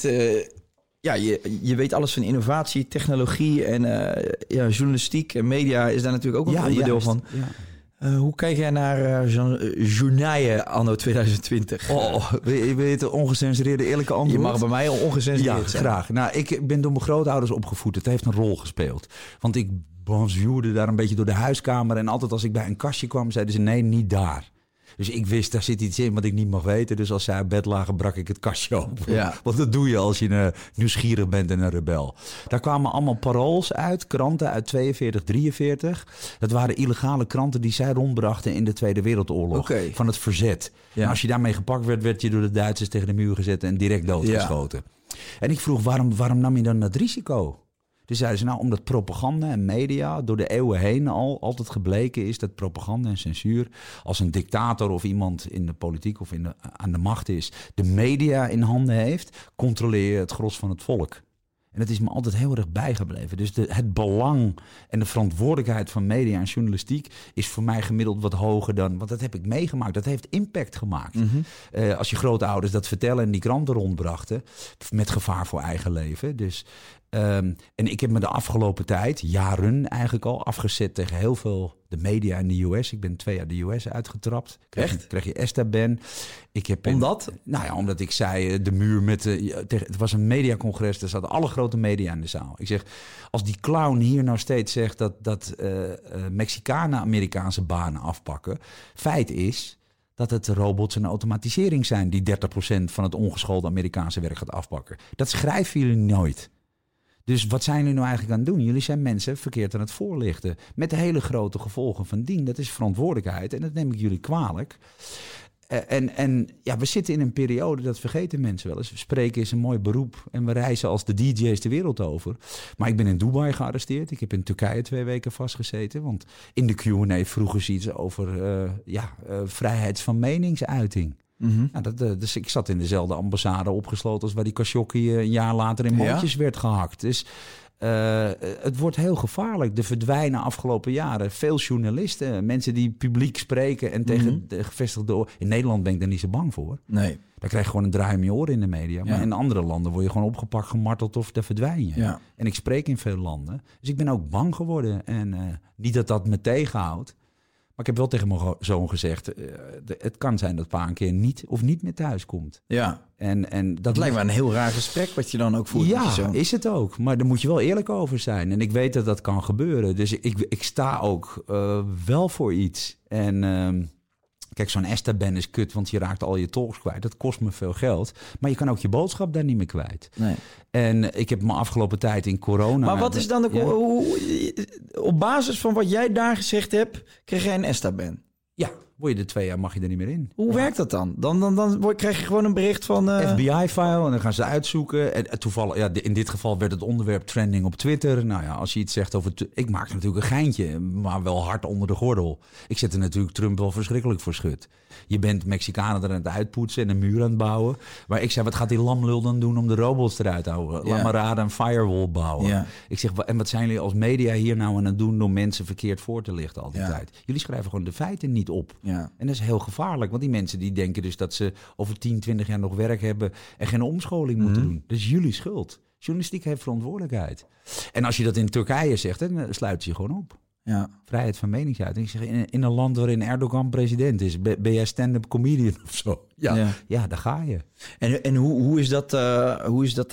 je weet alles van innovatie, technologie en journalistiek en media is daar natuurlijk ook een onderdeel van. Ja. Hoe kijk jij naar journaaien anno 2020? Wil je het ongecensureerde eerlijke antwoord? Je mag bij mij ongecensureerd zijn. Graag. Nou, ik ben door mijn grootouders opgevoed. Het heeft een rol gespeeld. Want ik bonjourde daar een beetje door de huiskamer. En altijd als ik bij een kastje kwam, zeiden ze nee, niet daar. Dus ik wist, daar zit iets in wat ik niet mag weten. Dus als zij op bed lagen, brak ik het kastje open. Ja. Want dat doe je als je nieuwsgierig bent en een rebel. Daar kwamen allemaal paroles uit, kranten uit 42, 43. Dat waren illegale kranten die zij rondbrachten in de Tweede Wereldoorlog. Van het verzet. Ja. En als je daarmee gepakt werd, werd je door de Duitsers tegen de muur gezet en direct doodgeschoten. Ja. En ik vroeg, waarom nam je dan dat risico? Dus zeiden ze, omdat propaganda en media door de eeuwen heen altijd gebleken is dat propaganda en censuur, als een dictator of iemand in de politiek of aan de macht is, de media in handen heeft, controleer je het gros van het volk. En dat is me altijd heel erg bijgebleven. Dus het belang en de verantwoordelijkheid van media en journalistiek is voor mij gemiddeld wat hoger dan... Want dat heb ik meegemaakt. Dat heeft impact gemaakt. Mm-hmm. Als je grootouders dat vertellen en die kranten rondbrachten, met gevaar voor eigen leven. Dus En ik heb me de afgelopen tijd, jaren eigenlijk al, afgezet tegen heel veel de media in de US. Ik ben 2 jaar de US uitgetrapt. Kreeg je ESTA-ban. Omdat? Omdat ik zei, de muur met... het was een mediacongres, er zaten alle grote media in de zaal. Ik zeg, als die clown hier nou steeds zegt dat Mexicanen Amerikaanse banen afpakken. Feit is dat het robots en automatisering zijn die 30% van het ongeschoolde Amerikaanse werk gaat afpakken. Dat schrijven jullie nooit. Dus wat zijn jullie nou eigenlijk aan het doen? Jullie zijn mensen verkeerd aan het voorlichten. Met de hele grote gevolgen van dien. Dat is verantwoordelijkheid en dat neem ik jullie kwalijk. We zitten in een periode, dat vergeten mensen wel eens. Spreken is een mooi beroep en we reizen als de DJ's de wereld over. Maar ik ben in Dubai gearresteerd. Ik heb in Turkije 2 weken vastgezeten. Want in de Q&A vroegen ze iets over vrijheid van meningsuiting. Mm-hmm. Dus ik zat in dezelfde ambassade opgesloten als waar die Khashoggi een jaar later in mondjes werd gehakt. Dus het wordt heel gevaarlijk. Er verdwijnen afgelopen jaren veel journalisten. Mensen die publiek spreken en tegen de gevestigde... In Nederland ben ik daar niet zo bang voor. Nee. Daar krijg je gewoon een draai om je oren in de media. Maar in andere landen word je gewoon opgepakt, gemarteld of daar verdwijn je. Ja. En ik spreek in veel landen. Dus ik ben ook bang geworden. En niet dat me tegenhoudt. Maar ik heb wel tegen mijn zoon gezegd, het kan zijn dat pa een keer niet meer thuis komt. Ja, en dat lijkt me een heel raar gesprek wat je dan ook voert met je zoon. Ja, is het ook. Maar daar moet je wel eerlijk over zijn. En ik weet dat dat kan gebeuren. Dus ik sta ook wel voor iets. En kijk, zo'n ESTA-ban is kut, want je raakt al je talks kwijt. Dat kost me veel geld. Maar je kan ook je boodschap daar niet meer kwijt. Nee. En ik heb me afgelopen tijd in corona... Maar wat is dan op basis van wat jij daar gezegd hebt, kreeg jij een ESTA-ban? Ja, word je er 2 jaar, mag je er niet meer in. Hoe werkt dat dan? Dan krijg je gewoon een bericht van... FBI-file en dan gaan ze uitzoeken. En toevallig, in dit geval werd het onderwerp trending op Twitter. Nou ja, als je iets zegt over... Ik maak natuurlijk een geintje, maar wel hard onder de gordel. Ik zet er natuurlijk Trump wel verschrikkelijk voor schut. Je bent Mexicanen er aan het uitpoetsen en een muur aan het bouwen. Maar ik zei, wat gaat die lamlul dan doen om de robots eruit te houden? Laat maar raden, een firewall bouwen. Ja. Ik zeg, en wat zijn jullie als media hier nou aan het doen door mensen verkeerd voor te lichten al die tijd? Jullie schrijven gewoon de feiten niet op. Ja. En dat is heel gevaarlijk, want die mensen die denken dus dat ze over 10, 20 jaar nog werk hebben en geen omscholing moeten doen. Dat is jullie schuld. Journalistiek heeft verantwoordelijkheid. En als je dat in Turkije zegt, dan sluit je gewoon op. Ja. Vrijheid van meningsuiting. Ik zeg, in een land waarin Erdogan president is, ben jij stand-up comedian of zo? Ja, daar ga je. En hoe is dat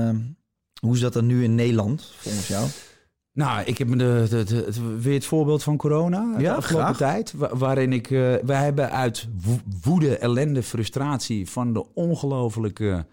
dan nu in Nederland, volgens jou? Nou, ik heb weer het voorbeeld van corona de afgelopen tijd. Waarin wij hebben uit woede, ellende, frustratie van de ongelofelijke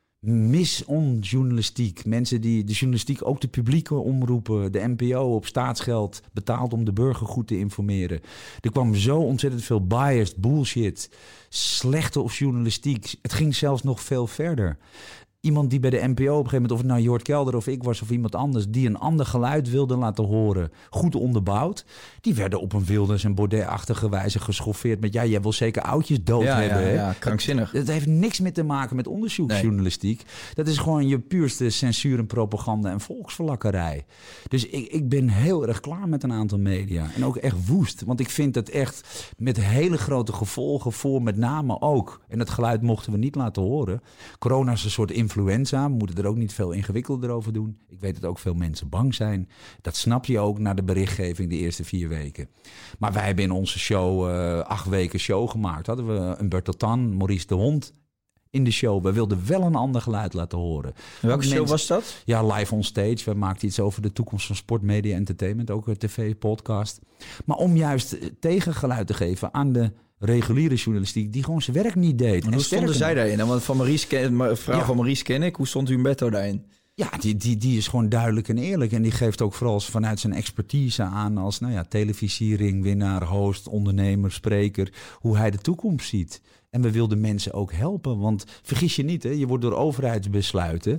journalistiek. Mensen die de journalistiek, ook de publieke omroepen, de NPO op staatsgeld betaald om de burger goed te informeren. Er kwam zo ontzettend veel biased, bullshit, slechte of journalistiek. Het ging zelfs nog veel verder. Iemand die bij de NPO op een gegeven moment, of het nou Jort Kelder of ik was of iemand anders, die een ander geluid wilde laten horen, goed onderbouwd, die werden op een Wilders en Baudet-achtige wijze geschoffeerd met, jij wil zeker oudjes dood hebben. Ja, krankzinnig. Het heeft niks meer te maken met onderzoeksjournalistiek. Nee. Dat is gewoon je puurste censuur en propaganda en volksverlakkerij. Dus ik ben heel erg klaar met een aantal media. En ook echt woest. Want ik vind het echt met hele grote gevolgen voor met name ook. En dat geluid mochten we niet laten horen. Corona is een soort influenza. We moeten er ook niet veel ingewikkelder over doen. Ik weet dat ook veel mensen bang zijn. Dat snap je ook na de berichtgeving de eerste 4 weken. Maar wij hebben in onze show 8 weken show gemaakt. Hadden we Humberto Tan, Maurice de Hond in de show. We wilden wel een ander geluid laten horen. Welke show was dat? Ja, Live on Stage. We maakten iets over de toekomst van sport, media, entertainment. Ook een tv-podcast. Maar om juist tegengeluid te geven aan de reguliere journalistiek die gewoon zijn werk niet deed. En hoe stonden zij daarin? Want van Maurice ken ik. Hoe stond Humberto daarin? Ja, die is gewoon duidelijk en eerlijk. En die geeft ook vooral vanuit zijn expertise aan als televisiering, winnaar, host, ondernemer, spreker, hoe hij de toekomst ziet. En we wilden mensen ook helpen. Want vergis je niet, je wordt door overheidsbesluiten.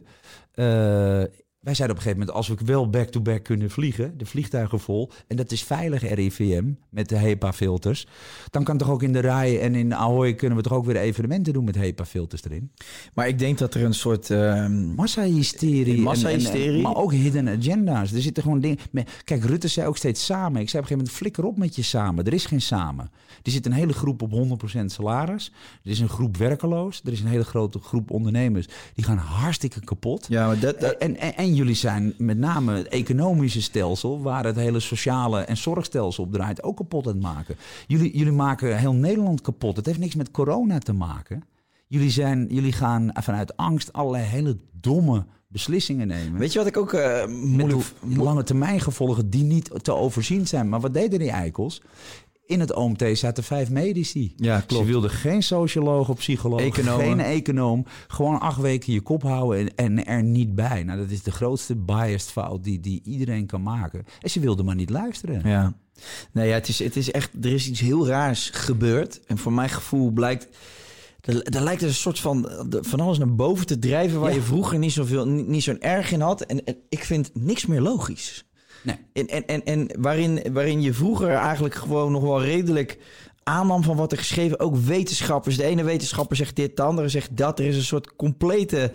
Wij zeiden op een gegeven moment, als we wel back-to-back kunnen vliegen, de vliegtuigen vol, en dat is veilig RIVM met de HEPA-filters, dan kan toch ook in de RAI en in Ahoy kunnen we toch ook weer evenementen doen met HEPA-filters erin. Maar ik denk dat er een soort massahysterie. Maar ook hidden agenda's. Er zitten gewoon dingen. Kijk, Rutte zei ook steeds samen. Ik zei op een gegeven moment, flikker op met je samen. Er is geen samen. Er zit een hele groep op 100% salaris. Er is een groep werkeloos. Er is een hele grote groep ondernemers. Die gaan hartstikke kapot. Ja, maar En jullie zijn met name het economische stelsel, waar het hele sociale en zorgstelsel op draait, ook kapot aan het maken. Jullie maken heel Nederland kapot. Het heeft niks met corona te maken. Jullie gaan vanuit angst allerlei hele domme beslissingen nemen. Weet je wat ik ook met lange termijn gevolgen die niet te overzien zijn. Maar wat deden die eikels? In het OMT zaten 5 medici. Ja, klopt. Ze wilden geen socioloog of psycholoog, geen econoom. Gewoon 8 weken je kop houden en er niet bij. Nou, dat is de grootste biased fout die iedereen kan maken. En ze wilden maar niet luisteren. Ja. Nee, ja, het is echt, er is iets heel raars gebeurd. En voor mijn gevoel blijkt, er lijkt een soort van alles naar boven te drijven waar je vroeger niet zo'n erg in had. En ik vind niks meer logisch. Nee. En waarin je vroeger eigenlijk gewoon nog wel redelijk aannam van wat er geschreven, ook wetenschappers. De ene wetenschapper zegt dit, de andere zegt dat. Er is een soort complete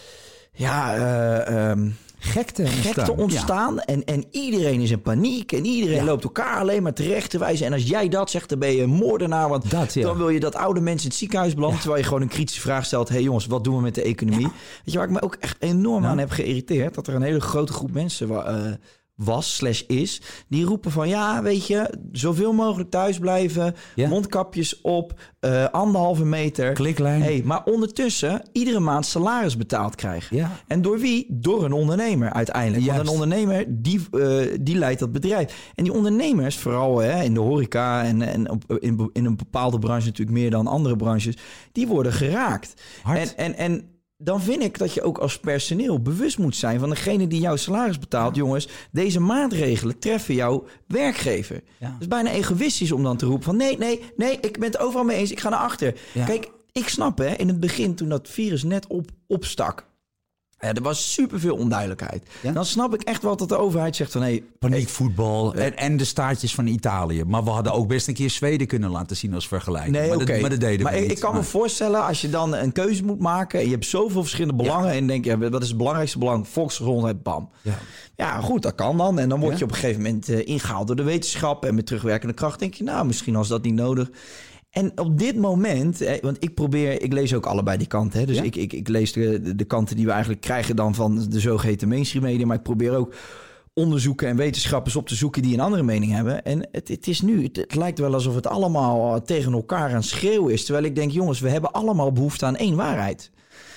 gekte ontstaan. Ja. En iedereen is in paniek. En iedereen loopt elkaar alleen maar terecht te wijzen. En als jij dat zegt, dan ben je een moordenaar. Want dan wil je dat oude mensen in het ziekenhuis belanden. Terwijl je gewoon een kritische vraag stelt. Hey jongens, wat doen we met de economie? Ja. Weet je waar ik me ook echt enorm aan heb geïrriteerd? Dat er een hele grote groep mensen is, die roepen van weet je, zoveel mogelijk thuis blijven, mondkapjes op, 1,5 meter. Kliklijn. Maar ondertussen iedere maand salaris betaald krijgen. Ja. En door wie? Door een ondernemer uiteindelijk. Juist. Want een ondernemer, die leidt dat bedrijf. En die ondernemers, vooral in de horeca en in een bepaalde branche natuurlijk meer dan andere branches, die worden geraakt. Hard. En dan vind ik dat je ook als personeel bewust moet zijn van degene die jouw salaris betaalt. Jongens, deze maatregelen treffen jouw werkgever. Ja. Het is bijna egoïstisch om dan te roepen van nee, ik ben het overal mee eens, ik ga naar achter. Ja. Kijk, ik snap in het begin toen dat virus net opstak. Er was superveel onduidelijkheid. Ja? Dan snap ik echt wel dat de overheid zegt van paniekvoetbal en de staartjes van Italië. Maar we hadden ook best een keer Zweden kunnen laten zien als vergelijking. Nee, maar dat deden we niet. Ik kan me voorstellen, als je dan een keuze moet maken en je hebt zoveel verschillende belangen en denk je, wat is het belangrijkste belang? Volksgezondheid, bam. Ja, goed, dat kan dan. En dan word je op een gegeven moment ingehaald door de wetenschap en met terugwerkende kracht denk je, misschien was dat niet nodig. En op dit moment, want ik lees ook allebei die kanten. Dus ik lees de kanten die we eigenlijk krijgen dan van de zogeheten mainstream media. Maar ik probeer ook onderzoeken en wetenschappers op te zoeken die een andere mening hebben. En het lijkt wel alsof het allemaal tegen elkaar aan schreeuwen is. Terwijl ik denk, jongens, we hebben allemaal behoefte aan één waarheid.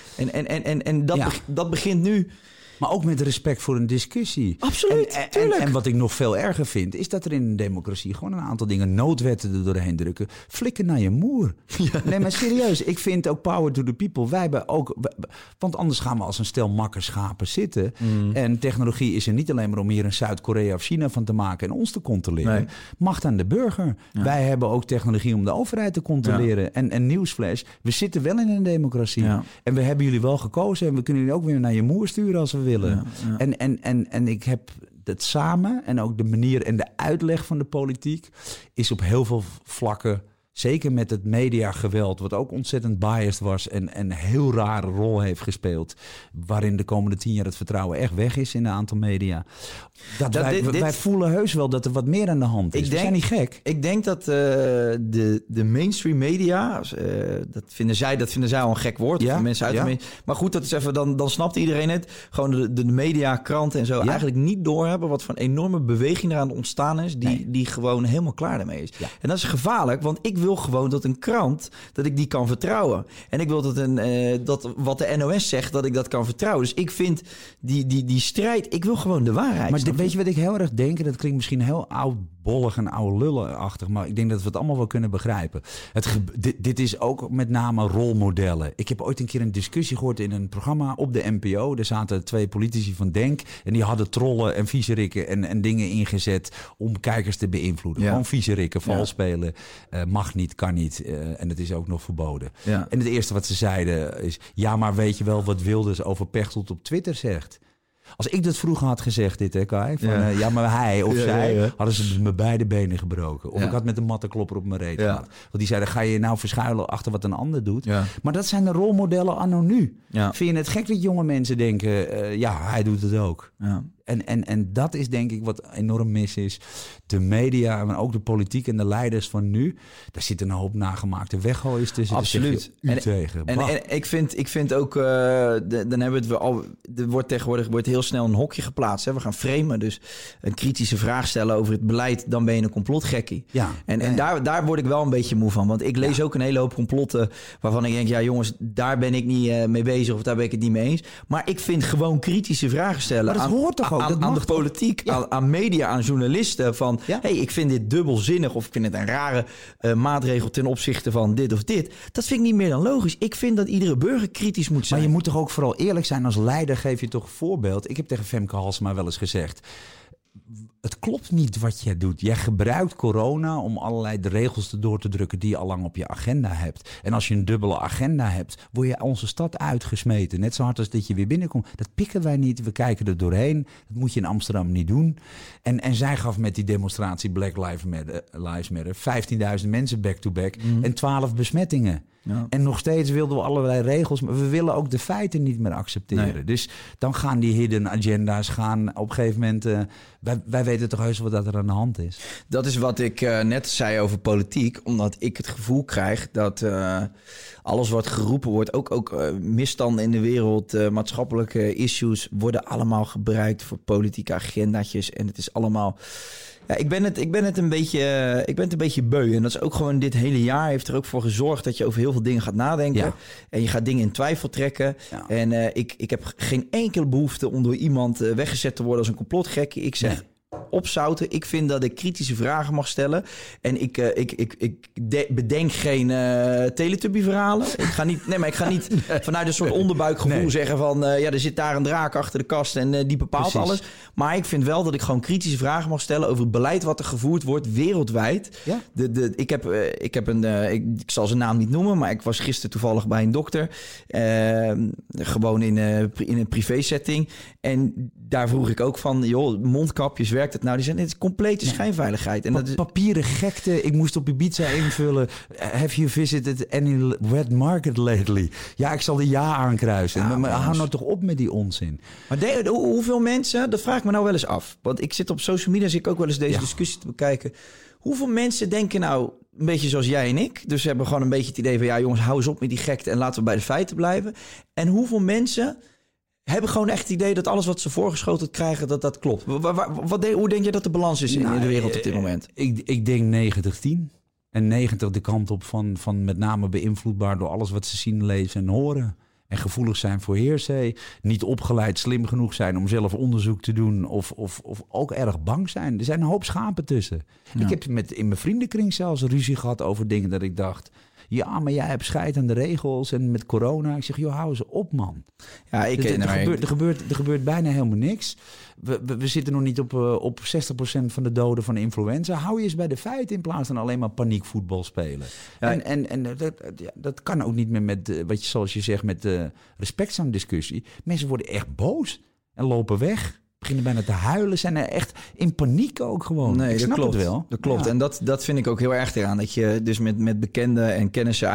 En dat begint nu. Maar ook met respect voor een discussie. Absoluut, en wat ik nog veel erger vind, is dat er in een democratie gewoon een aantal dingen, noodwetten er doorheen drukken. Flikken naar je moer. Ja. Nee, maar serieus. Ik vind ook power to the people. Wij hebben ook, want anders gaan we als een stel makkerschapen zitten. En technologie is er niet alleen maar om hier een Zuid-Korea of China van te maken en ons te controleren. Nee. Macht aan de burger. Ja. Wij hebben ook technologie om de overheid te controleren. Ja. En nieuwsflash, we zitten wel in een democratie. Ja. En we hebben jullie wel gekozen en we kunnen jullie ook weer naar je moer sturen als we willen. Ja. En ik heb het samen en ook de manier en de uitleg van de politiek is op heel veel vlakken, zeker met het mediageweld, wat ook ontzettend biased was en een heel rare rol heeft gespeeld, waarin de komende 10 jaar het vertrouwen echt weg is in een aantal media. Wij voelen heus wel dat er wat meer aan de hand is. We zijn niet gek. Ik denk dat de mainstream media, dat vinden zij al een gek woord. Ja? Mensen uit de maar goed, dat is even, dan snapt iedereen het. Gewoon de media, kranten en zo eigenlijk niet doorhebben wat voor een enorme beweging er aan het ontstaan is, die gewoon helemaal klaar ermee is. Ja. En dat is gevaarlijk, want ik wil gewoon dat een krant, dat ik die kan vertrouwen. En ik wil dat wat de NOS zegt, dat ik dat kan vertrouwen. Dus ik vind die strijd, ik wil gewoon de waarheid. Maar weet je wat ik heel erg denk? Dat klinkt misschien heel oudbollig en oude lullenachtig, maar ik denk dat we het allemaal wel kunnen begrijpen. Dit is ook met name rolmodellen. Ik heb ooit een keer een discussie gehoord in een programma op de NPO. Er zaten 2 politici van Denk en die hadden trollen en viezerikken en dingen ingezet om kijkers te beïnvloeden. Ja. Gewoon viezerikken, vals spelen, mag niet, kan niet en het is ook nog verboden. Ja. En het eerste wat ze zeiden is, maar weet je wel wat Wilders over Pechtold op Twitter zegt? Als ik dat vroeger had gezegd, dit hè Kai, van maar hij of zij, hadden ze me beide benen gebroken. Of ik had met een mattenklopper op mijn reet gehad. Want die zeiden, ga je nou verschuilen achter wat een ander doet? Ja. Maar dat zijn de rolmodellen anno nu. Ja. Vind je het gek dat jonge mensen denken, hij doet het ook? Ja. En dat is denk ik wat enorm mis is. De media, maar ook de politiek en de leiders van nu. Daar zitten een hoop nagemaakte weggooiers tussen. Absoluut. En ik vind ook, dan hebben we het al. Er wordt tegenwoordig heel snel een hokje geplaatst. Hè? We gaan framen, dus een kritische vraag stellen over het beleid. Dan ben je een complotgekkie. Ja. En daar word ik wel een beetje moe van. Want ik lees ook een hele hoop complotten waarvan ik denk, ja jongens, daar ben ik niet mee bezig of daar ben ik het niet mee eens. Maar ik vind gewoon kritische vragen stellen. Maar dat hoort toch ook? Aan de politiek, aan media, aan journalisten. Van, hey, ik vind dit dubbelzinnig of ik vind het een rare maatregel ten opzichte van dit of dit. Dat vind ik niet meer dan logisch. Ik vind dat iedere burger kritisch moet zijn. Maar je moet toch ook vooral eerlijk zijn als leider, geef je toch een voorbeeld. Ik heb tegen Femke Halsema wel eens gezegd, het klopt niet wat jij doet. Jij gebruikt corona om allerlei de regels door te drukken die je al lang op je agenda hebt. En als je een dubbele agenda hebt, word je onze stad uitgesmeten. Net zo hard als dat je weer binnenkomt. Dat pikken wij niet. We kijken er doorheen. Dat moet je in Amsterdam niet doen. En zij gaf met die demonstratie Black Lives Matter 15.000 mensen back-to-back en 12 besmettingen. Ja. En nog steeds wilden we allerlei regels, maar we willen ook de feiten niet meer accepteren. Nee. Dus dan gaan die hidden agenda's op een gegeven moment. Wij weten toch heus wat dat er aan de hand is. Dat is wat ik net zei over politiek, omdat ik het gevoel krijg dat alles wat geroepen wordt, ook misstanden in de wereld, maatschappelijke issues, worden allemaal gebruikt voor politieke agendaatjes. En het is allemaal. Ja, ik ben het een beetje beu. En dat is ook gewoon dit hele jaar heeft er ook voor gezorgd dat je over heel veel dingen gaat nadenken. Ja. En je gaat dingen in twijfel trekken. Ja. En ik heb geen enkele behoefte om door iemand weggezet te worden als een complotgekkie. Ik zeg opzouten. Ik vind dat ik kritische vragen mag stellen. En ik bedenk geen Teletubby-verhalen. Ik ga niet vanuit een soort onderbuikgevoel zeggen van er zit daar een draak achter de kast en die bepaalt alles. Maar ik vind wel dat ik gewoon kritische vragen mag stellen over het beleid wat er gevoerd wordt wereldwijd. Ja? Ik zal zijn naam niet noemen, maar ik was gisteren toevallig bij een dokter. Gewoon in een privé-setting. En daar vroeg ik ook van, joh, mondkapjes, werkt het nou? Die zijn, het is complete schijnveiligheid. En dat is papieren gekte. Ik moest op Ibiza invullen. Have you visited any wet market lately? Ja, ik zal de aankruisen. Ja, maar hou nou toch op met die onzin. Maar hoeveel mensen, dat vraag ik me nou wel eens af. Want ik zit op social media, zie ik ook wel eens deze discussie te bekijken. Hoeveel mensen denken nou, een beetje zoals jij en ik, dus hebben gewoon een beetje het idee van, ja jongens, hou eens op met die gekte en laten we bij de feiten blijven. En hoeveel mensen hebben gewoon echt het idee dat alles wat ze voorgeschoteld krijgen, dat klopt. Hoe denk je dat de balans is in de wereld op dit moment? Ik denk 90-10. En 90 de kant op van met name beïnvloedbaar door alles wat ze zien, lezen en horen. En gevoelig zijn voor heersee. Niet opgeleid, slim genoeg zijn om zelf onderzoek te doen. Of ook erg bang zijn. Er zijn een hoop schapen tussen. Ja. Ik heb in mijn vriendenkring zelfs ruzie gehad over dingen dat ik dacht, ja, maar jij hebt scheid aan de regels en met corona. Ik zeg, joh, hou eens op, man. Ja, er gebeurt bijna helemaal niks. We zitten nog niet op 60% van de doden van de influenza. Hou je eens bij de feiten in plaats van alleen maar paniekvoetbal spelen. Ja. En dat kan ook niet meer met, zoals je zegt, met respectzaam discussie. Mensen worden echt boos en lopen weg. Beginnen bijna te huilen, zijn er echt in paniek ook gewoon. Nee, ik snap het wel. Dat klopt. Ja. En dat vind ik ook heel erg eraan. Dat je dus met bekenden en kennissen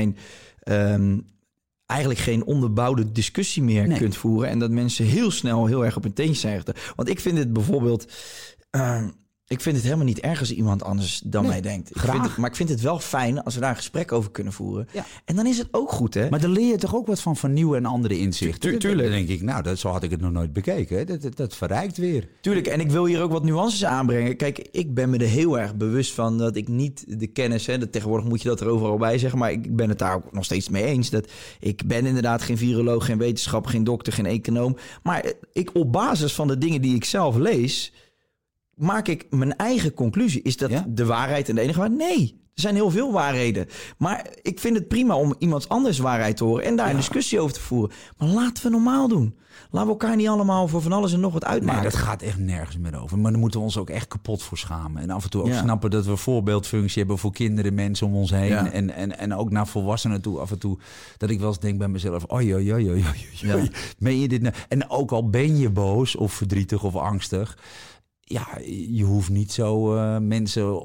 eigenlijk geen onderbouwde discussie meer kunt voeren. En dat mensen heel snel heel erg op hun teentje zijn. Want ik vind het bijvoorbeeld, ik vind het helemaal niet erg als iemand anders dan mij denkt. Maar ik vind het wel fijn als we daar een gesprek over kunnen voeren. Ja. En dan is het ook goed, hè? Maar dan leer je toch ook wat van nieuwe en andere inzichten. Tuurlijk. Dan denk ik, nou, zo had ik het nog nooit bekeken. Dat verrijkt weer. Tuurlijk, en ik wil hier ook wat nuances aanbrengen. Kijk, ik ben me er heel erg bewust van dat ik niet de kennis, dat tegenwoordig moet je dat er overal bij zeggen, maar ik ben het daar ook nog steeds mee eens. Dat ik ben inderdaad geen viroloog, geen wetenschapper, geen dokter, geen econoom. Maar ik op basis van de dingen die ik zelf lees, maak ik mijn eigen conclusie. Is dat de waarheid en de enige waarheid? Nee, er zijn heel veel waarheden. Maar ik vind het prima om iemands anders waarheid te horen en daar een discussie over te voeren. Maar laten we normaal doen. Laten we elkaar niet allemaal voor van alles en nog wat uitmaken. Nee, dat gaat echt nergens meer over. Maar dan moeten we ons ook echt kapot voor schamen. En af en toe ook snappen dat we voorbeeldfunctie hebben voor kinderen, mensen om ons heen. Ja. En ook naar volwassenen toe af en toe. Dat ik wel eens denk bij mezelf, meen je dit nou? En ook al ben je boos of verdrietig of angstig, ja, je hoeft niet zo mensen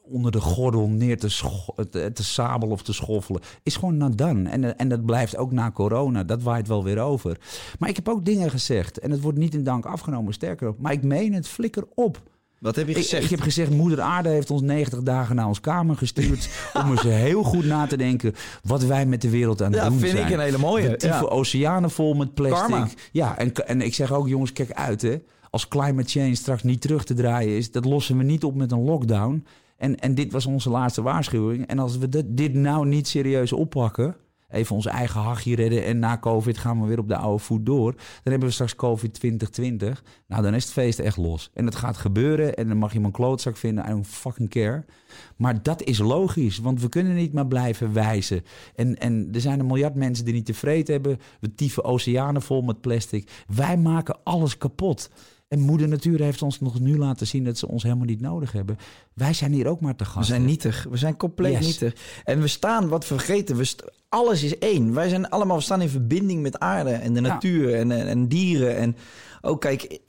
onder de gordel neer te sabelen of te schoffelen. Is gewoon not done. En dat blijft ook na corona. Dat waait wel weer over. Maar ik heb ook dingen gezegd. En het wordt niet in dank afgenomen, sterker op. Maar ik meen het, flikker op. Wat heb je gezegd? Ik heb gezegd, moeder aarde heeft ons 90 dagen naar ons kamer gestuurd... om eens heel goed na te denken wat wij met de wereld aan het doen zijn. Ja, vind ik een hele mooie. We tieven oceanen vol met plastic. Karma. Ja, en ik zeg ook, jongens, kijk uit, hè. Als climate change straks niet terug te draaien is... dat lossen we niet op met een lockdown. En dit was onze laatste waarschuwing. En als we dit nou niet serieus oppakken... even onze eigen hachje redden en na COVID gaan we weer op de oude voet door... dan hebben we straks COVID 2020. Nou, dan is het feest echt los. En het gaat gebeuren en dan mag je mijn klootzak vinden. I don't fucking care. Maar dat is logisch, want we kunnen niet maar blijven wijzen. En er zijn 1 miljard mensen die niet tevreden hebben. We tieven oceanen vol met plastic. Wij maken alles kapot. En moeder natuur heeft ons nog nu laten zien dat ze ons helemaal niet nodig hebben. Wij zijn hier ook maar te gast. We zijn nietig. We zijn compleet nietig. En we staan, wat vergeten, alles is één. We staan in verbinding met aarde en de natuur en dieren. En ook kijk,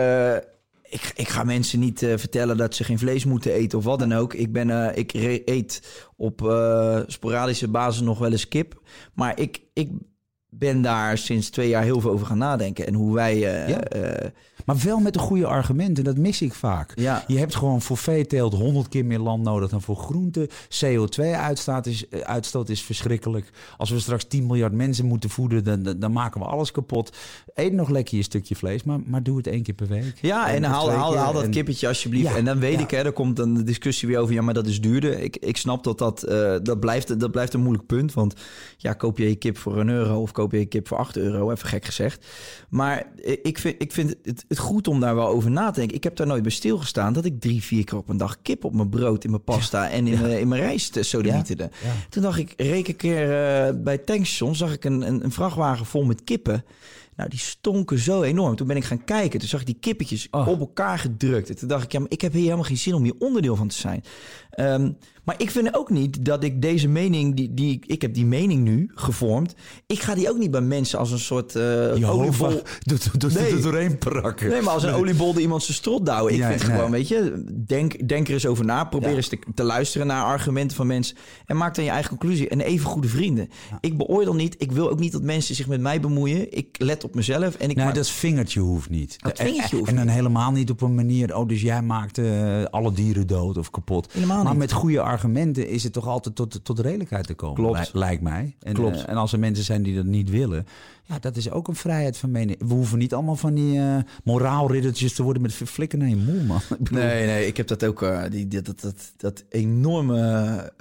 ik ga mensen niet vertellen dat ze geen vlees moeten eten of wat dan ook. Ik eet op sporadische basis nog wel eens kip. Maar ik ben daar sinds 2 jaar heel veel over gaan nadenken. En hoe wij... maar wel met de goede argumenten, dat mis ik vaak. Ja. Je hebt gewoon voor veeteelt 100 keer meer land nodig dan voor groenten. CO2-uitstoot is verschrikkelijk. Als we straks 10 miljard mensen moeten voeden, dan maken we alles kapot. Eet nog lekker je stukje vlees, maar doe het 1 keer per week. Ja, en haal dat kippetje alsjeblieft. Ja, en dan weet ik, er komt een discussie weer over... ja, maar dat is duurder. Ik snap dat blijft een moeilijk punt. Want ja, koop je kip voor €1 of koop je kip voor €8, even gek gezegd. Maar ik vind het goed om daar wel over na te denken. Ik heb daar nooit bij stilgestaan dat ik 3-4 keer op een dag kip op mijn brood, in mijn pasta en in mijn rijst sodemieterde. Ja. Ja. Toen dacht ik, een keer bij het tankstation zag ik een vrachtwagen vol met kippen. Nou, die stonken zo enorm. Toen ben ik gaan kijken. Toen zag ik die kippetjes op elkaar gedrukt. En toen dacht ik, ja, maar ik heb hier helemaal geen zin om hier onderdeel van te zijn. Maar ik vind ook niet dat ik deze mening, ik heb die mening nu gevormd. Ik ga die ook niet bij mensen als een soort oliebol... Doet doorheen prakken. Nee, maar als een oliebol die iemand zijn strot douwen. Ik vind gewoon, weet je, denk er eens over na. Probeer eens te luisteren naar argumenten van mensen. En maak dan je eigen conclusie. En even goede vrienden. Ja. Ik beoordeel niet. Ik wil ook niet dat mensen zich met mij bemoeien. Ik let op mezelf. En dat vingertje hoeft niet. Dat vingertje hoeft en dan helemaal niet op een manier... dus jij maakt alle dieren dood of kapot. Helemaal maar niet. Met goede argumenten is het toch altijd tot redelijkheid te komen. Klopt. Lijkt mij. Klopt. En als er mensen zijn die dat niet willen... ja, dat is ook een vrijheid van mening. We hoeven niet allemaal van die moraalriddertjes te worden... met flikken naar je moe, man. Nee, ik heb dat ook... dat enorme...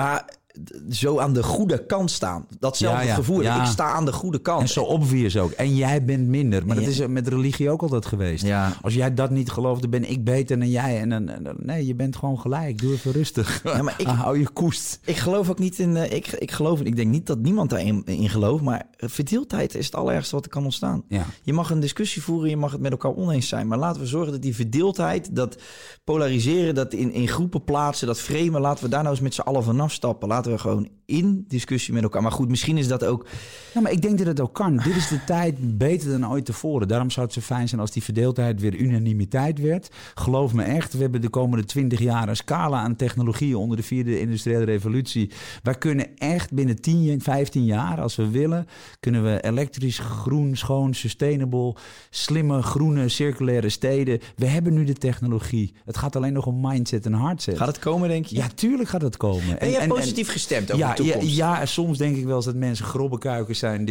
zo aan de goede kant staan. Datzelfde gevoel. Ja. Ik sta aan de goede kant. En zo obvious ook. En jij bent minder. Maar dat is met religie ook altijd geweest. Ja. Als jij dat niet gelooft, dan ben ik beter dan jij. Nee, je bent gewoon gelijk. Doe even rustig. Ja, maar hou je koest. Ik geloof ook niet in... Ik denk niet dat niemand daarin gelooft. Maar verdeeldheid is het allerergste wat er kan ontstaan. Ja. Je mag een discussie voeren. Je mag het met elkaar oneens zijn. Maar laten we zorgen dat die verdeeldheid... dat polariseren, dat in groepen plaatsen... dat framen, laten we daar nou eens met z'n allen vanaf stappen. Laten we gewoon in discussie met elkaar. Maar goed, misschien is dat ook... Ja, maar ik denk dat het ook kan. Dit is de tijd beter dan ooit tevoren. Daarom zou het zo fijn zijn als die verdeeldheid weer unanimiteit werd. Geloof me echt, we hebben de komende 20 jaar een scala aan technologieën onder de 4e industriële revolutie. Wij kunnen echt binnen 10, 15 jaar, als we willen, kunnen we elektrisch, groen, schoon, sustainable, slimme, groene, circulaire steden. We hebben nu de technologie. Het gaat alleen nog om mindset en hardset. Gaat het komen, denk je? Ja, tuurlijk gaat het komen. En je hebt positief gestemd over de toekomst. Ja, soms denk ik wel eens dat mensen grobbenkuikers zijn.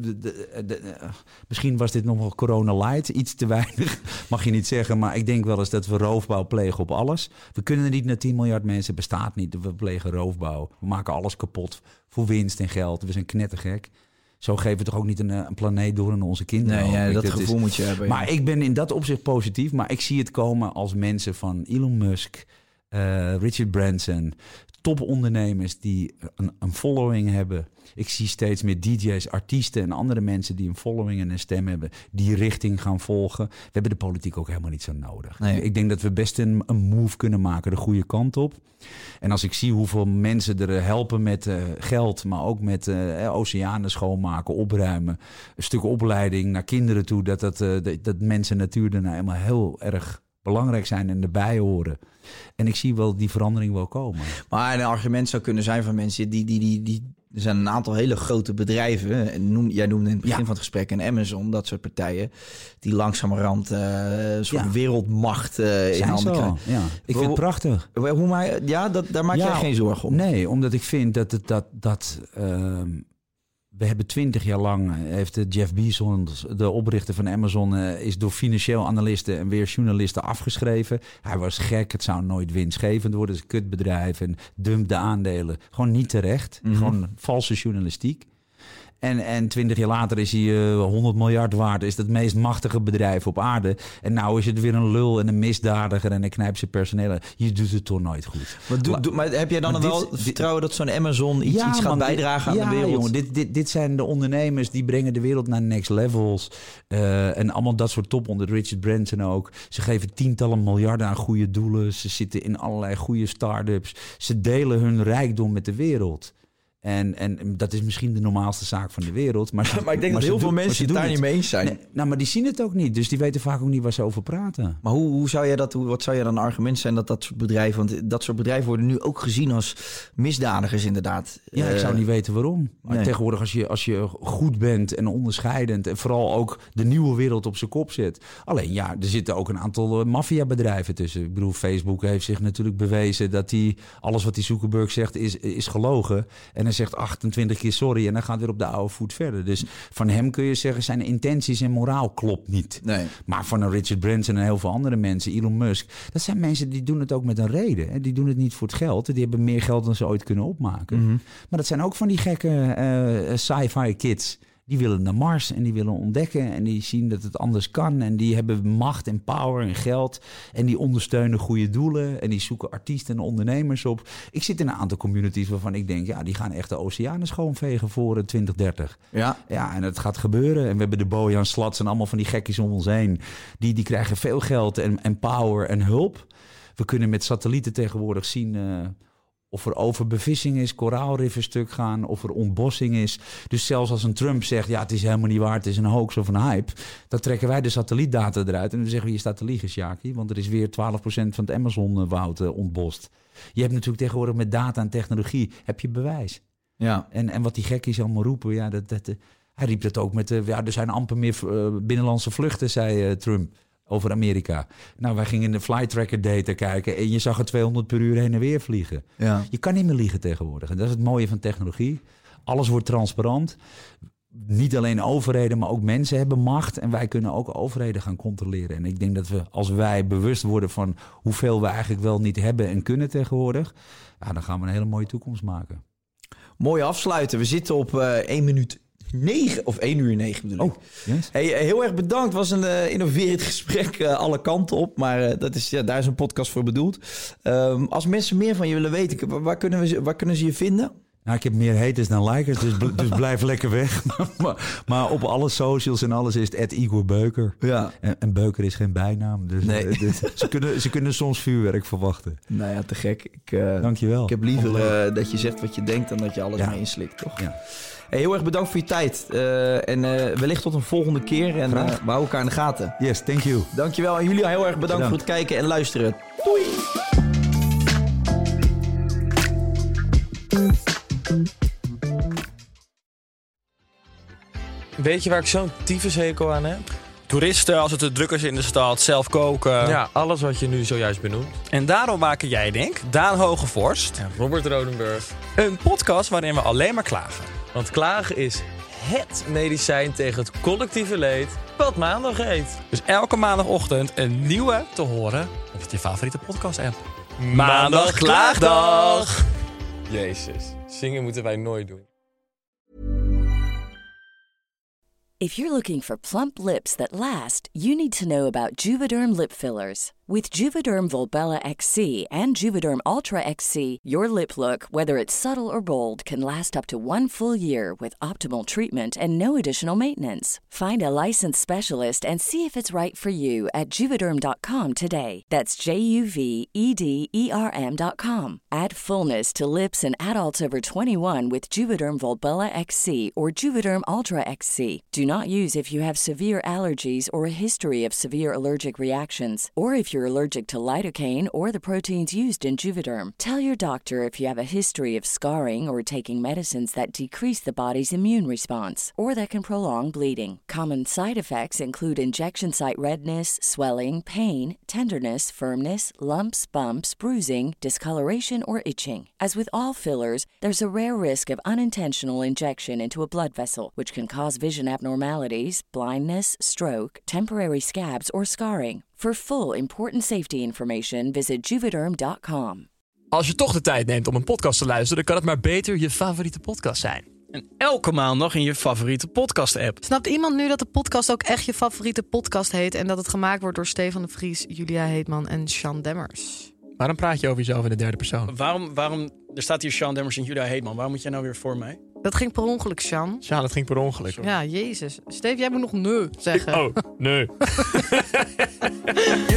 Misschien was dit nog wel corona light, iets te weinig. Mag je niet zeggen, maar ik denk wel eens dat we roofbouw plegen op alles. We kunnen er niet naar 10 miljard mensen, bestaat niet. We plegen roofbouw. We maken alles kapot voor winst en geld. We zijn knettergek. Zo geven we toch ook niet een planeet door aan onze kinderen. Nee, dat gevoel moet je hebben. Maar ik ben in dat opzicht positief. Maar ik zie het komen als mensen van Elon Musk, Richard Branson, topondernemers die een following hebben. Ik zie steeds meer DJ's, artiesten en andere mensen die een following en een stem hebben, die richting gaan volgen. We hebben de politiek ook helemaal niet zo nodig. Nee. Ik denk dat we best een move kunnen maken de goede kant op. En als ik zie hoeveel mensen er helpen met geld, maar ook met oceanen schoonmaken, opruimen, een stuk opleiding naar kinderen toe, dat mensen natuur daarna helemaal heel erg belangrijk zijn en erbij horen. En ik zie wel die verandering wel komen. Maar een argument zou kunnen zijn van mensen die er zijn een aantal hele grote bedrijven. Jij noemde in het begin van het gesprek een Amazon, dat soort partijen, die langzamerhand een soort wereldmacht in handen krijgen. Ja. Ik vind het prachtig. Daar maak jij geen zorgen om. Nee, omdat ik vind dat we hebben 20 jaar lang, heeft Jeff Bezos, de oprichter van Amazon, is door financieel analisten en weer journalisten afgeschreven. Hij was gek, het zou nooit winstgevend worden, het is een kutbedrijf en dumpt de aandelen. Gewoon niet terecht, gewoon valse journalistiek. En 20 jaar later is hij 100 miljard waard. Is het meest machtige bedrijf op aarde. En nou is het weer een lul en een misdadiger. En hij knijpt zijn personeel. Je doet het toch nooit goed. Maar heb jij dan wel vertrouwen dat zo'n Amazon iets gaat bijdragen aan de wereld? Jongen, dit zijn de ondernemers die brengen de wereld naar next levels. En allemaal dat soort top onder Richard Branson ook. Ze geven tientallen miljarden aan goede doelen. Ze zitten in allerlei goede start-ups. Ze delen hun rijkdom met de wereld. En dat is misschien de normaalste zaak van de wereld. Maar ik denk dat heel veel mensen het daar niet mee eens zijn. Nee, maar die zien het ook niet. Dus die weten vaak ook niet waar ze over praten. Maar wat zou je dan een argument zijn dat soort bedrijven... Want dat soort bedrijven worden nu ook gezien als misdadigers inderdaad. Ja, ik zou niet weten waarom. Maar tegenwoordig als je goed bent en onderscheidend... en vooral ook de nieuwe wereld op zijn kop zet. Alleen er zitten ook een aantal maffiabedrijven tussen. Ik bedoel, Facebook heeft zich natuurlijk bewezen... dat alles wat die Zuckerberg zegt is gelogen. En zegt 28 keer sorry en dan gaat weer op de oude voet verder. Dus van hem kun je zeggen, zijn intenties en moraal klopt niet. Nee. Maar van een Richard Branson en heel veel andere mensen, Elon Musk, dat zijn mensen die doen het ook met een reden. Hè? Die doen het niet voor het geld. Die hebben meer geld dan ze ooit kunnen opmaken. Mm-hmm. Maar dat zijn ook van die gekke sci-fi kids. Die willen naar Mars en die willen ontdekken en die zien dat het anders kan. En die hebben macht en power en geld en die ondersteunen goede doelen. En die zoeken artiesten en ondernemers op. Ik zit in een aantal communities waarvan ik denk, die gaan echt de oceanen schoonvegen voor 2030. Ja, en het gaat gebeuren. En we hebben de Bojan Slats en allemaal van die gekkies om ons heen. Die krijgen veel geld en power en hulp. We kunnen met satellieten tegenwoordig zien... of er overbevissing is, koraalriffen stuk gaan, of er ontbossing is. Dus zelfs als een Trump zegt, het is helemaal niet waar, het is een hoax of een hype. Dan trekken wij de satellietdata eruit en dan zeggen we, je staat te liegen, Sjaki. Want er is weer 12% van het Amazon-woud ontbost. Je hebt natuurlijk tegenwoordig met data en technologie, heb je bewijs. Ja. En wat die gekkies allemaal roepen, hij riep dat ook met, er zijn amper meer binnenlandse vluchten, zei Trump. Over Amerika. Nou, wij gingen in de flight tracker data kijken en je zag er 200 per uur heen en weer vliegen. Ja. Je kan niet meer liegen tegenwoordig. En dat is het mooie van technologie. Alles wordt transparant. Niet alleen overheden, maar ook mensen hebben macht. En wij kunnen ook overheden gaan controleren. En ik denk dat als wij bewust worden van hoeveel we eigenlijk wel niet hebben en kunnen tegenwoordig, dan gaan we een hele mooie toekomst maken. Mooi afsluiten. We zitten op 1 minuut 9 of 1 uur 9 bedoel ik. Oh, yes. Hey, heel erg bedankt. Het was een innoverend gesprek alle kanten op. Maar daar is een podcast voor bedoeld. Als mensen meer van je willen weten, waar kunnen ze je vinden? Nou, ik heb meer haters dan likers, dus blijf lekker weg. Maar op alle socials en alles is het @Igor Beuker. Ja. En Beuker is geen bijnaam. Dus, nee. Dus ze kunnen soms vuurwerk verwachten. Nou ja, te gek. Dankjewel. Ik heb liever dat je zegt wat je denkt dan dat je alles mee inslikt, toch? Ja. Hey, heel erg bedankt voor je tijd. En wellicht tot een volgende keer. En we houden elkaar in de gaten. Yes, thank you. Dankjewel. En jullie heel erg bedankt voor het kijken en luisteren. Doei! Weet je waar ik zo'n tyfushekel aan heb? Toeristen, als het te druk is in de stad, zelf koken. Ja, alles wat je nu zojuist benoemt. En daarom maken jij, Daan Hogevorst en Robert Rodenburg een podcast waarin we alleen maar klagen. Want klagen is HET medicijn tegen het collectieve leed wat maandag heet. Dus elke maandagochtend een nieuwe te horen op je favoriete podcast-app. Maandag Klaagdag! Jezus, zingen moeten wij nooit doen. If you're looking for plump lips that last, you need to know about Juvederm lip fillers. With Juvederm Volbella XC and Juvederm Ultra XC, your lip look, whether it's subtle or bold, can last up to 1 full year with optimal treatment and no additional maintenance. Find a licensed specialist and see if it's right for you at Juvederm.com today. That's JUVEDERM.com. Add fullness to lips in adults over 21 with Juvederm Volbella XC or Juvederm Ultra XC. Do not use if you have severe allergies or a history of severe allergic reactions, or if you're allergic to lidocaine or the proteins used in Juvederm. Tell your doctor if you have a history of scarring or taking medicines that decrease the body's immune response or that can prolong bleeding. Common side effects include injection site redness, swelling, pain, tenderness, firmness, lumps, bumps, bruising, discoloration, or itching. As with all fillers, there's a rare risk of unintentional injection into a blood vessel, which can cause vision abnormalities, blindness, stroke, temporary scabs, or scarring. For full important safety information, visit Juvederm.com. Als je toch de tijd neemt om een podcast te luisteren, dan kan het maar beter je favoriete podcast zijn. En elke maandag in je favoriete podcast-app. Snapt iemand nu dat de podcast ook echt je favoriete podcast heet en dat het gemaakt wordt door Stefan de Vries, Julia Heetman en Sean Demmers? Waarom praat je over jezelf in de derde persoon? Waarom er staat hier Sean Demmers en Julia Heetman. Waarom moet jij nou weer voor mij? Dat ging per ongeluk, Sean. Ja, dat ging per ongeluk. Ja, jezus. Steve, jij moet nog nee zeggen. Oh, nee.